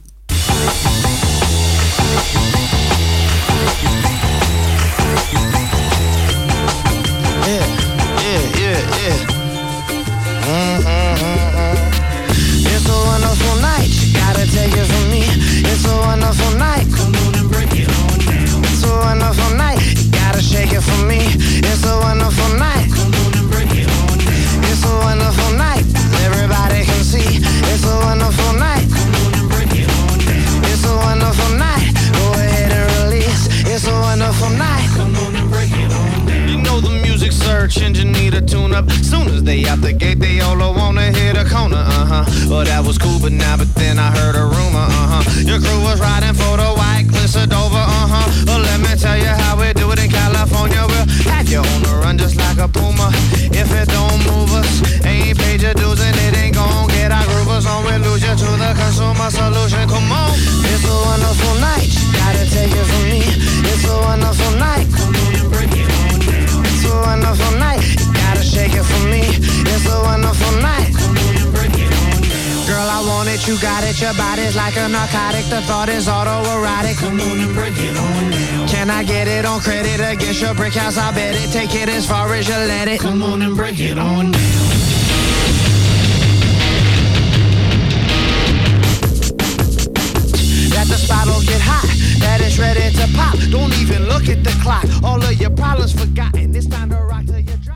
Yeah, yeah, yeah, yeah. Mm-hmm. It's a wonderful night, you gotta take it from me. It's a wonderful night, come on and break it on down. It's a wonderful night, you gotta shake it from me. It's a wonderful night, come on and break it on down. It's a wonderful night, everybody can see. It's a wonderful night, come on and break it on down. It's a wonderful night, go ahead and release. It's a wonderful night, come on and break it on down. You know the music search engine need a tune up. Soon as they out the gate, they all wanna hit a corner, uh-huh. Well, that was cool, but now, but then I heard a rumor, uh-huh. Your crew was riding for the white glissered over, uh-huh. Well, let me tell you how we do it in California. We'll have you on the run just like a puma. If it don't move us, ain't paid your dues and it ain't gon' get our groovers on. We lose you to the consumer solution, come on. It's a wonderful night, you gotta take it from me. It's a wonderful night, come on and break it on down. It's a wonderful night, you gotta shake it for me. It's a wonderful night, come on and break it on down. Girl, I want it, you got it, your body's like a narcotic. The thought is autoerotic, come on and break it on down. Can I get it on credit against your brick house? I bet it, take it as far as you let it. Come on and break it on down. That the spot'll get hot, that it's ready to pop. Don't even look at the clock, all of your problems forgotten.